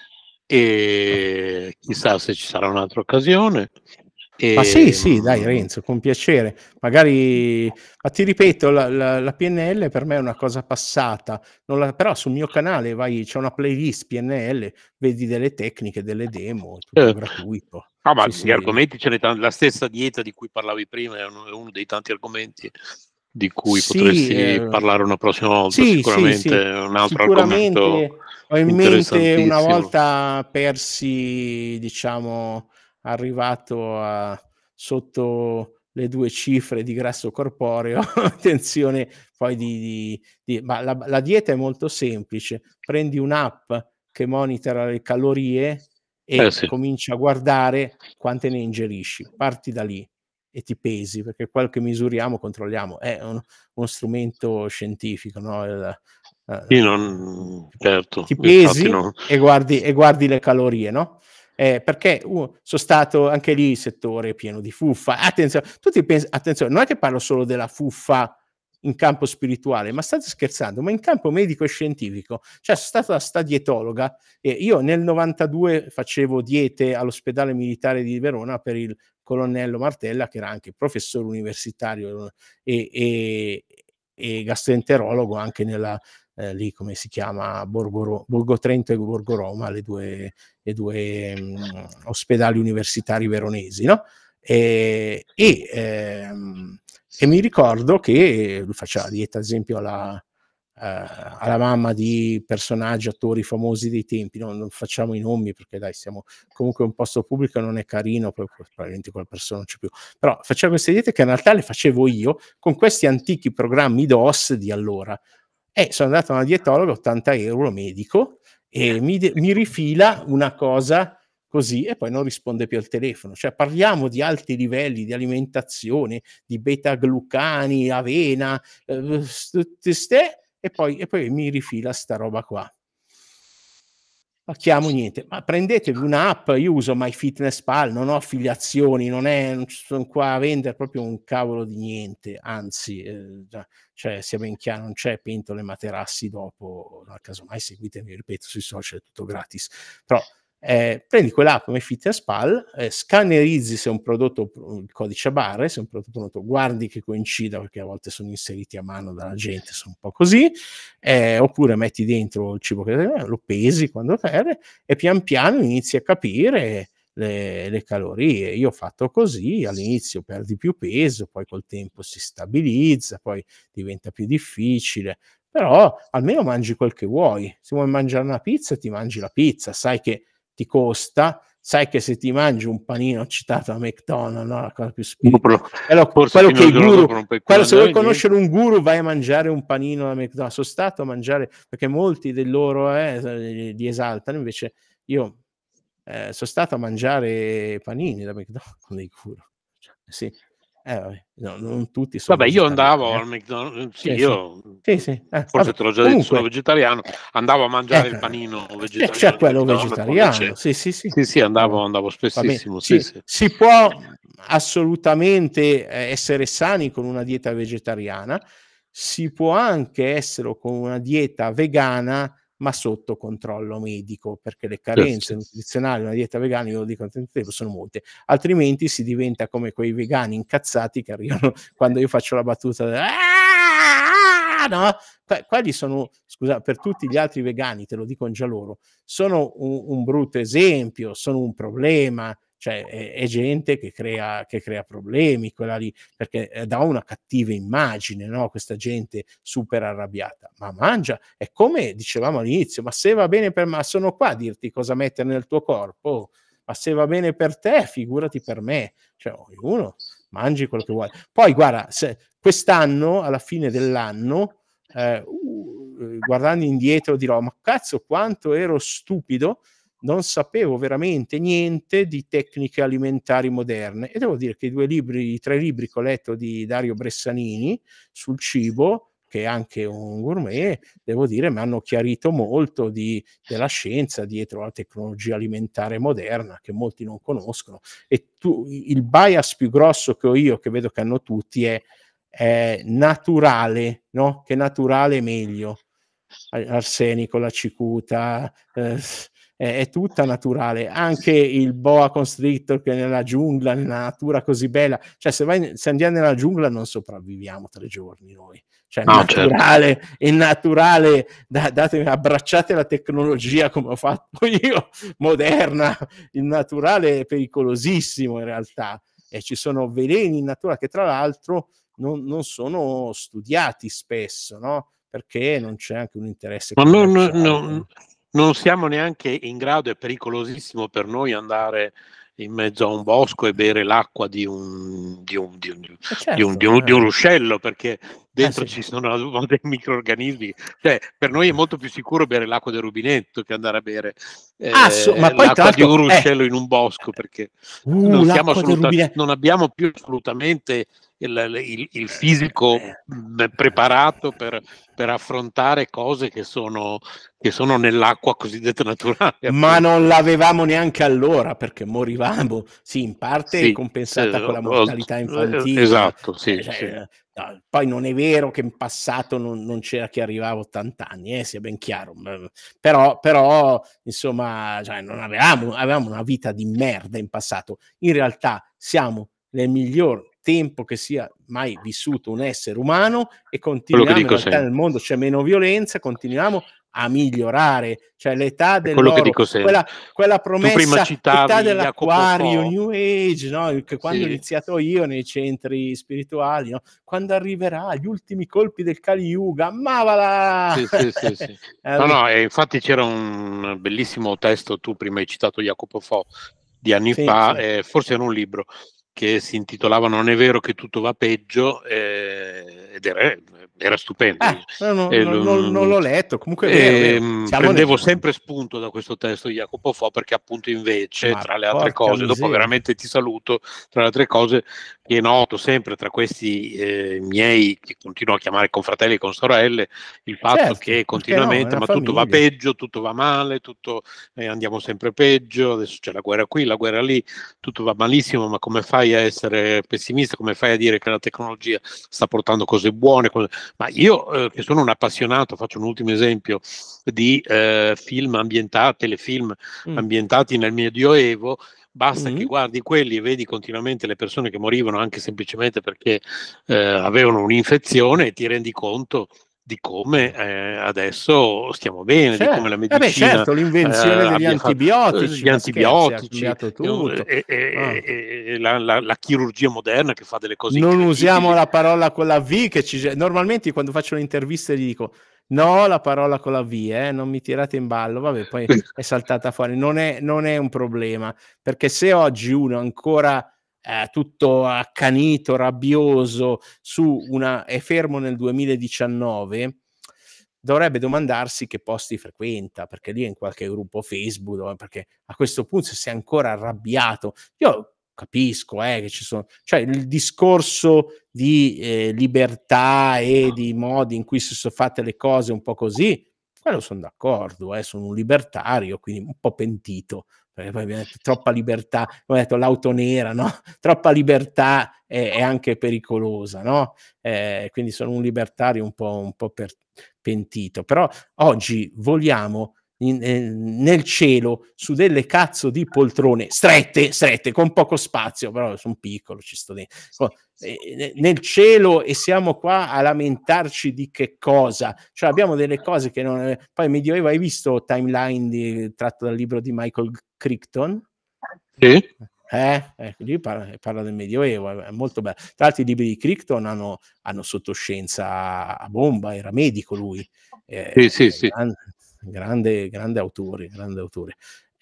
e chissà se ci sarà un'altra occasione. E, ma sì, sì, dai Renzo, con piacere. Magari, ma ti ripeto, la, la, la P N L per me è una cosa passata, non la, però sul mio canale vai, c'è una playlist P N L, vedi delle tecniche, delle demo, è tutto eh, gratuito. Ah, ma sì, gli sì. argomenti ce ne tanti, la stessa dieta di cui parlavi prima è uno, è uno dei tanti argomenti di cui sì, potresti eh, parlare una prossima volta, sì, sicuramente sì, sì. è un altro Sicuramente argomento ho in mente una interessantissimo. volta Persi, diciamo, arrivato a sotto le due cifre di grasso corporeo, attenzione poi di, di, di ma la, la dieta è molto semplice, prendi un'app che monitora le calorie e Eh sì. cominci a guardare quante ne ingerisci, parti da lì e ti pesi, perché quel che misuriamo, controlliamo, è un, uno strumento scientifico, no? Il, Sì, eh, non, certo, ti infatti pesi non. e guardi, e guardi le calorie, no? Eh, perché uh, sono stato anche lì settore pieno di fuffa. Attenzione, tutti pensano, attenzione, non è che parlo solo della fuffa in campo spirituale, ma state scherzando, ma in campo medico e scientifico. Cioè, sono stata sta dietologa e io nel novantadue facevo diete all'ospedale militare di Verona per il colonnello Martella, che era anche professore universitario e, e, e gastroenterologo anche nella eh, lì come si chiama Borgo, Borgo Trento e Borgo Roma, le due, le due mh, ospedali universitari veronesi, no? E, e, ehm, e mi ricordo che lui faceva dieta, ad esempio, alla, eh, alla mamma di personaggi, attori famosi dei tempi, no? Non facciamo i nomi perché dai, siamo comunque un posto pubblico, non è carino, poi probabilmente quella persona non c'è più, però faceva queste diete che in realtà le facevo io con questi antichi programmi D O S di allora. E sono andato a una dietologa, ottanta euro medico, e mi, de- mi rifila una cosa così e poi non risponde più al telefono. Cioè parliamo di alti livelli di alimentazione, di beta-glucani, avena, eh, tutte ste, e poi, e poi mi rifila sta roba qua. Ma chiamo niente, ma prendetevi un'app, io uso MyFitnessPal, non ho affiliazioni, non è, non sono qua a vendere proprio un cavolo di niente, anzi, eh, cioè sia ben chiaro, non c'è pentole materassi dopo, no, casomai seguitemi, ripeto, sui social è tutto gratis, però eh, prendi quell'app MyFitnessPal, eh, scannerizzi se è un prodotto, il codice a barre, se è un prodotto prodotto, guardi che coincida, perché a volte sono inseriti a mano dalla gente, sono un po' così, eh, oppure metti dentro il cibo che lo pesi quando serve e pian piano inizi a capire le, le calorie. Io ho fatto così, all'inizio perdi più peso, poi col tempo si stabilizza, poi diventa più difficile, però almeno mangi quel che vuoi. Se vuoi mangiare una pizza, ti mangi la pizza, sai che ti costa, sai che se ti mangi un panino citato a McDonald's, no? La cosa più spirituale, quello, quello che i guru, quello, se vuoi conoscere un guru vai a mangiare un panino a McDonald's. Sono stato a mangiare, perché molti del loro eh, li esaltano, invece io eh, sono stato a mangiare panini da McDonald's con dei guru, cioè, sì. Eh, vabbè, no, non tutti sono Vabbè, io vegetariani. andavo Eh. al McDonald's, sì, sì, io sì, sì. Eh, forse vabbè. te l'ho già Comunque, detto, sono vegetariano, andavo a mangiare eh, il panino c'è, vegetariano. c'è quello McDonald's, vegetariano, sì, sì, sì. Sì, sì, andavo, Eh, andavo spessissimo, sì, sì, sì. Si può assolutamente essere sani con una dieta vegetariana, si può anche essere con una dieta vegana, ma sotto controllo medico, perché le carenze Sì. nutrizionali di una dieta vegana, io lo dico a tempo, sono molte, altrimenti si diventa come quei vegani incazzati che arrivano quando io faccio la battuta del, ah, no? Que- quelli sono, scusa, per tutti gli altri vegani, te lo dico già loro, sono un, un brutto esempio, sono un problema, cioè è, è gente che crea, che crea problemi, quella lì, perché eh, dà una cattiva immagine, no? Questa gente super arrabbiata, ma mangia, è come dicevamo all'inizio, ma se va bene per me, sono qua a dirti cosa mettere nel tuo corpo, ma se va bene per te, figurati per me, cioè ognuno mangi quello che vuoi. Poi guarda, se, quest'anno, alla fine dell'anno, eh, uh, guardando indietro dirò, ma cazzo quanto ero stupido non sapevo veramente niente di tecniche alimentari moderne, e devo dire che i due libri, i tre libri che ho letto di Dario Bressanini sul cibo, che è anche un gourmet, devo dire mi hanno chiarito molto di, della scienza dietro la tecnologia alimentare moderna, che molti non conoscono. E tu, il bias più grosso che ho io, che vedo che hanno tutti, è, è naturale, no? Che naturale è meglio. Arsenico, la cicuta, eh, è, è tutta naturale, anche il boa constrictor che è nella giungla, nella natura così bella, cioè se, vai, se andiamo nella giungla non sopravviviamo tre giorni noi, cioè no, naturale, certo. è naturale, da, datemi, abbracciate la tecnologia come ho fatto io, moderna, il naturale è pericolosissimo in realtà, e ci sono veleni in natura che tra l'altro non, non sono studiati spesso, no? Perché non c'è anche un interesse ma non, commerciale. non, non siamo neanche in grado, è pericolosissimo per noi andare in mezzo a un bosco e bere l'acqua di un, di un, di un, certo, di un, di un, eh. di un ruscello, perché dentro eh, sì. ci sono dei microrganismi, cioè per noi è molto più sicuro bere l'acqua del rubinetto che andare a bere eh, ah, so, ma poi, l'acqua di un ruscello eh, in un bosco, perché uh, non, siamo assoluta, non abbiamo più assolutamente il, il, il fisico eh. mh, preparato per, per affrontare cose che sono, che sono nell'acqua cosiddetta naturale. Ma appunto. non l'avevamo neanche allora, perché morivamo, sì, in parte Sì, compensata eh, con la oh, mortalità infantile. esatto, sì, Eh, cioè, sì. no, poi non è vero che in passato non, non c'era chi arrivava a ottanta anni, eh, sia ben chiaro, però, però insomma, cioè, non avevamo, avevamo una vita di merda in passato. In realtà siamo nel miglior tempo che sia mai vissuto un essere umano, e continuiamo, in realtà nel mondo c'è meno violenza, continuiamo a migliorare, cioè l'età dell'oro, quella, quella promessa, età dell'acquario, New Age, no? Che quando sì. ho iniziato io nei centri spirituali, no? Quando arriverà gli ultimi colpi del Kali Yuga, mavala! Sì, sì, sì, sì. No, no, e infatti c'era un bellissimo testo, tu prima hai citato Jacopo Fo di anni sì, fa, sì. Eh, forse era un libro che si intitolava Non è vero che tutto va peggio, eh, ed era, era stupendo. Eh, no, no, e, no, non, non l'ho letto, comunque è vero, eh, vero. Prendevo nel... sempre spunto da questo testo di Jacopo Fo, perché appunto invece, Ma tra le altre cose, miseria. Dopo veramente ti saluto, tra le altre cose, che noto sempre tra questi eh, miei, che continuo a chiamare confratelli e consorelle, il fatto certo, che continuamente, no, ma famiglia. Tutto va peggio, tutto va male, tutto, eh, andiamo sempre peggio, adesso c'è la guerra qui, la guerra lì, tutto va malissimo, ma come fai a essere pessimista, come fai a dire che la tecnologia sta portando cose buone? Cose... Ma io eh, che sono un appassionato, faccio un ultimo esempio, di eh, film ambientati, telefilm mm. ambientati nel Medioevo, basta mm. che guardi quelli e vedi continuamente le persone che morivano anche semplicemente perché eh, avevano un'infezione, e ti rendi conto di come eh, adesso stiamo bene, certo. di come la medicina... Eh beh, certo, l'invenzione eh, degli antibiotici, gli antibiotici scherzi, tutto. e, e, ah. e la, la, la chirurgia moderna che fa delle cose non incredibili. Usiamo la parola con la V, che ci... normalmente quando faccio le interviste gli dico no, la parola con la V, eh, non mi tirate in ballo, vabbè, poi è saltata fuori, non è, non è un problema, perché se oggi uno ancora eh, tutto accanito, rabbioso, su una, è fermo nel duemiladiciannove, dovrebbe domandarsi che posti frequenta, perché lì è in qualche gruppo Facebook, perché a questo punto se sei ancora arrabbiato, io capisco eh, che ci sono, cioè il discorso di eh, libertà e di modi in cui si sono fatte le cose un po' così, quello sono d'accordo, eh, sono un libertario, quindi un po' pentito, perché poi abbiamo detto troppa libertà, ho detto l'auto nera, no? Troppa libertà è, è anche pericolosa, no? Eh, quindi sono un libertario un po', un po' per, pentito, però oggi voliamo in, eh, nel cielo su delle cazzo di poltrone strette, strette, con poco spazio, però sono piccolo, ci sto dentro, eh, nel cielo, e siamo qua a lamentarci di che cosa? Cioè abbiamo delle cose che non... Poi Medioevo, hai visto Timeline di, tratto dal libro di Michael Crichton? Sì. Eh, eh, lì parla, parla del Medioevo, è molto bello. Tra l'altro i libri di Crichton hanno, hanno sottoscienza a bomba, era medico lui, eh, sì, sì, sì. Grande, grande, grande autore, grande autore.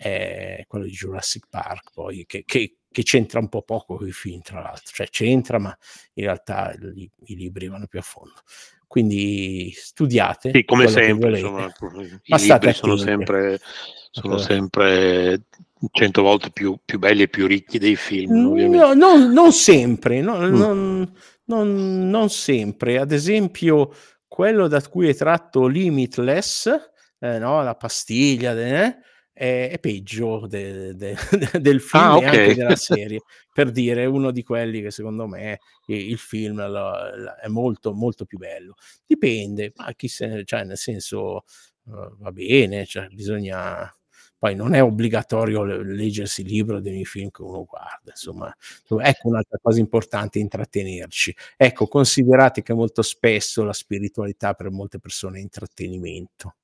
Eh, quello di Jurassic Park, poi, che, che, che c'entra un po' poco con i film, tra l'altro, cioè c'entra, ma in realtà i, i libri vanno più a fondo. Quindi studiate. Sì, come sempre, insomma, i ma libri sono sempre, sono sempre cento volte più, più belli e più ricchi dei film, ovviamente. No, non, non sempre, no, Mm. non, non, non sempre. Ad esempio, quello da cui è tratto Limitless, eh, no, la pastiglia, eh, è, è peggio de- de- del film Ah, e anche ok. della serie. Per dire, è uno di quelli che secondo me eh, il film lo- lo- è molto, molto più bello. Dipende, ma chi se, cioè, nel senso, eh, va bene, cioè, bisogna. Poi non è obbligatorio le- leggersi il libro di ogni film che uno guarda, insomma. Ecco un'altra cosa importante, intrattenerci. Ecco, considerate che molto spesso la spiritualità per molte persone è intrattenimento.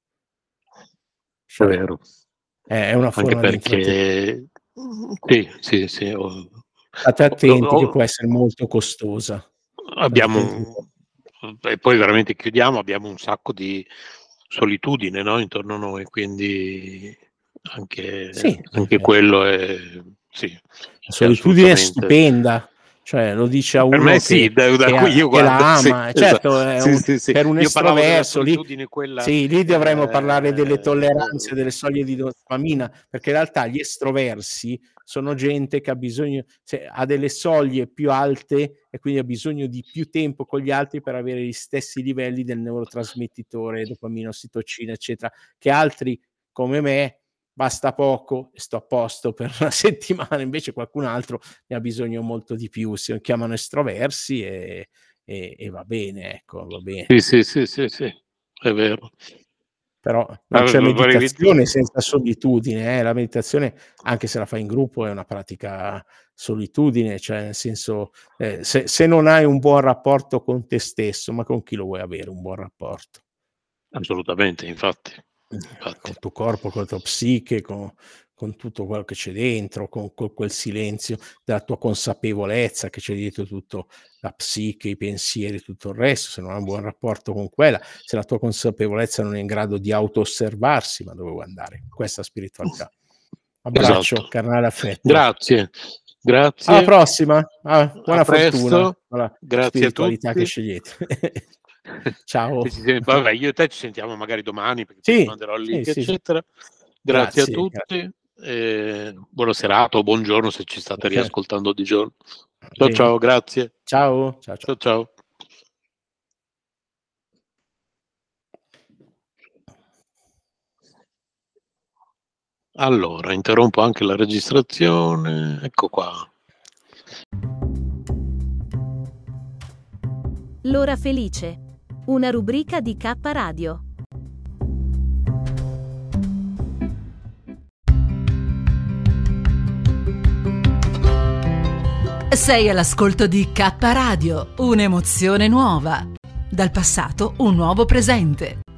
È Cioè, vero, è è una anche forma di intrattenimento. perché sì, sì, sì, ho- State ho- attenti che ho- può essere molto costosa. State abbiamo attenti. un- e poi veramente chiudiamo, abbiamo un sacco di solitudine, no, intorno a noi, quindi anche, Sì, anche eh, quello è, sì, la è solitudine è assolutamente. stupenda, cioè lo dice a Per uno me sì, che, da, da che, cui ha- io che guardo, la sì, ama. esatto. Certo, è Sì, un- sì, sì. per un Io parlavo della estroverso lì, solitudine, quella sì, lì dovremmo parlare delle eh, tolleranze, delle soglie di dopamina, perché in realtà gli estroversi sono gente che ha bisogno, cioè, ha delle soglie più alte e quindi ha bisogno di più tempo con gli altri per avere gli stessi livelli del neurotrasmettitore, dopamina, ossitocina, eccetera, che altri come me basta poco e sto a posto per una settimana, invece qualcun altro ne ha bisogno molto di più, si chiamano estroversi e, e, e va bene, ecco, va bene. sì, sì, sì, sì, sì, è vero. Però non c'è Allora, volevi- meditazione senza solitudine, eh? La meditazione, anche se la fai in gruppo, è una pratica solitudine, cioè nel senso, eh, se, se non hai un buon rapporto con te stesso, ma con chi lo vuoi avere un buon rapporto? Assolutamente, infatti. Con infatti. il tuo corpo, con la tua psiche, con, con tutto quello che c'è dentro, con, con quel silenzio della tua consapevolezza che c'è dietro tutto la psiche, i pensieri, tutto il resto. Se non hai un buon rapporto con quella, se la tua consapevolezza non è in grado di auto-osservarsi, ma dove vuoi andare? Questa spiritualità. Abbraccio, Esatto. carnale affetto. Grazie, grazie. Alla prossima. Ah, buona A presto. fortuna con la Grazie a spiritualità tutti. che scegliete. Ciao. E ci sen- vabbè, io e te ci sentiamo magari domani perché Sì, ti manderò il link, sì, sì, sì. eccetera. Grazie, Grazie, a tutti. E buona serata o buongiorno se ci state riascoltando di giorno. Ciao, Bene. ciao, grazie. Ciao, ciao, ciao. Ciao, ciao. Allora, interrompo anche la registrazione. Ecco qua. L'ora felice. Una rubrica di K Radio. Sei all'ascolto di K Radio, un'emozione nuova. Dal passato un nuovo presente.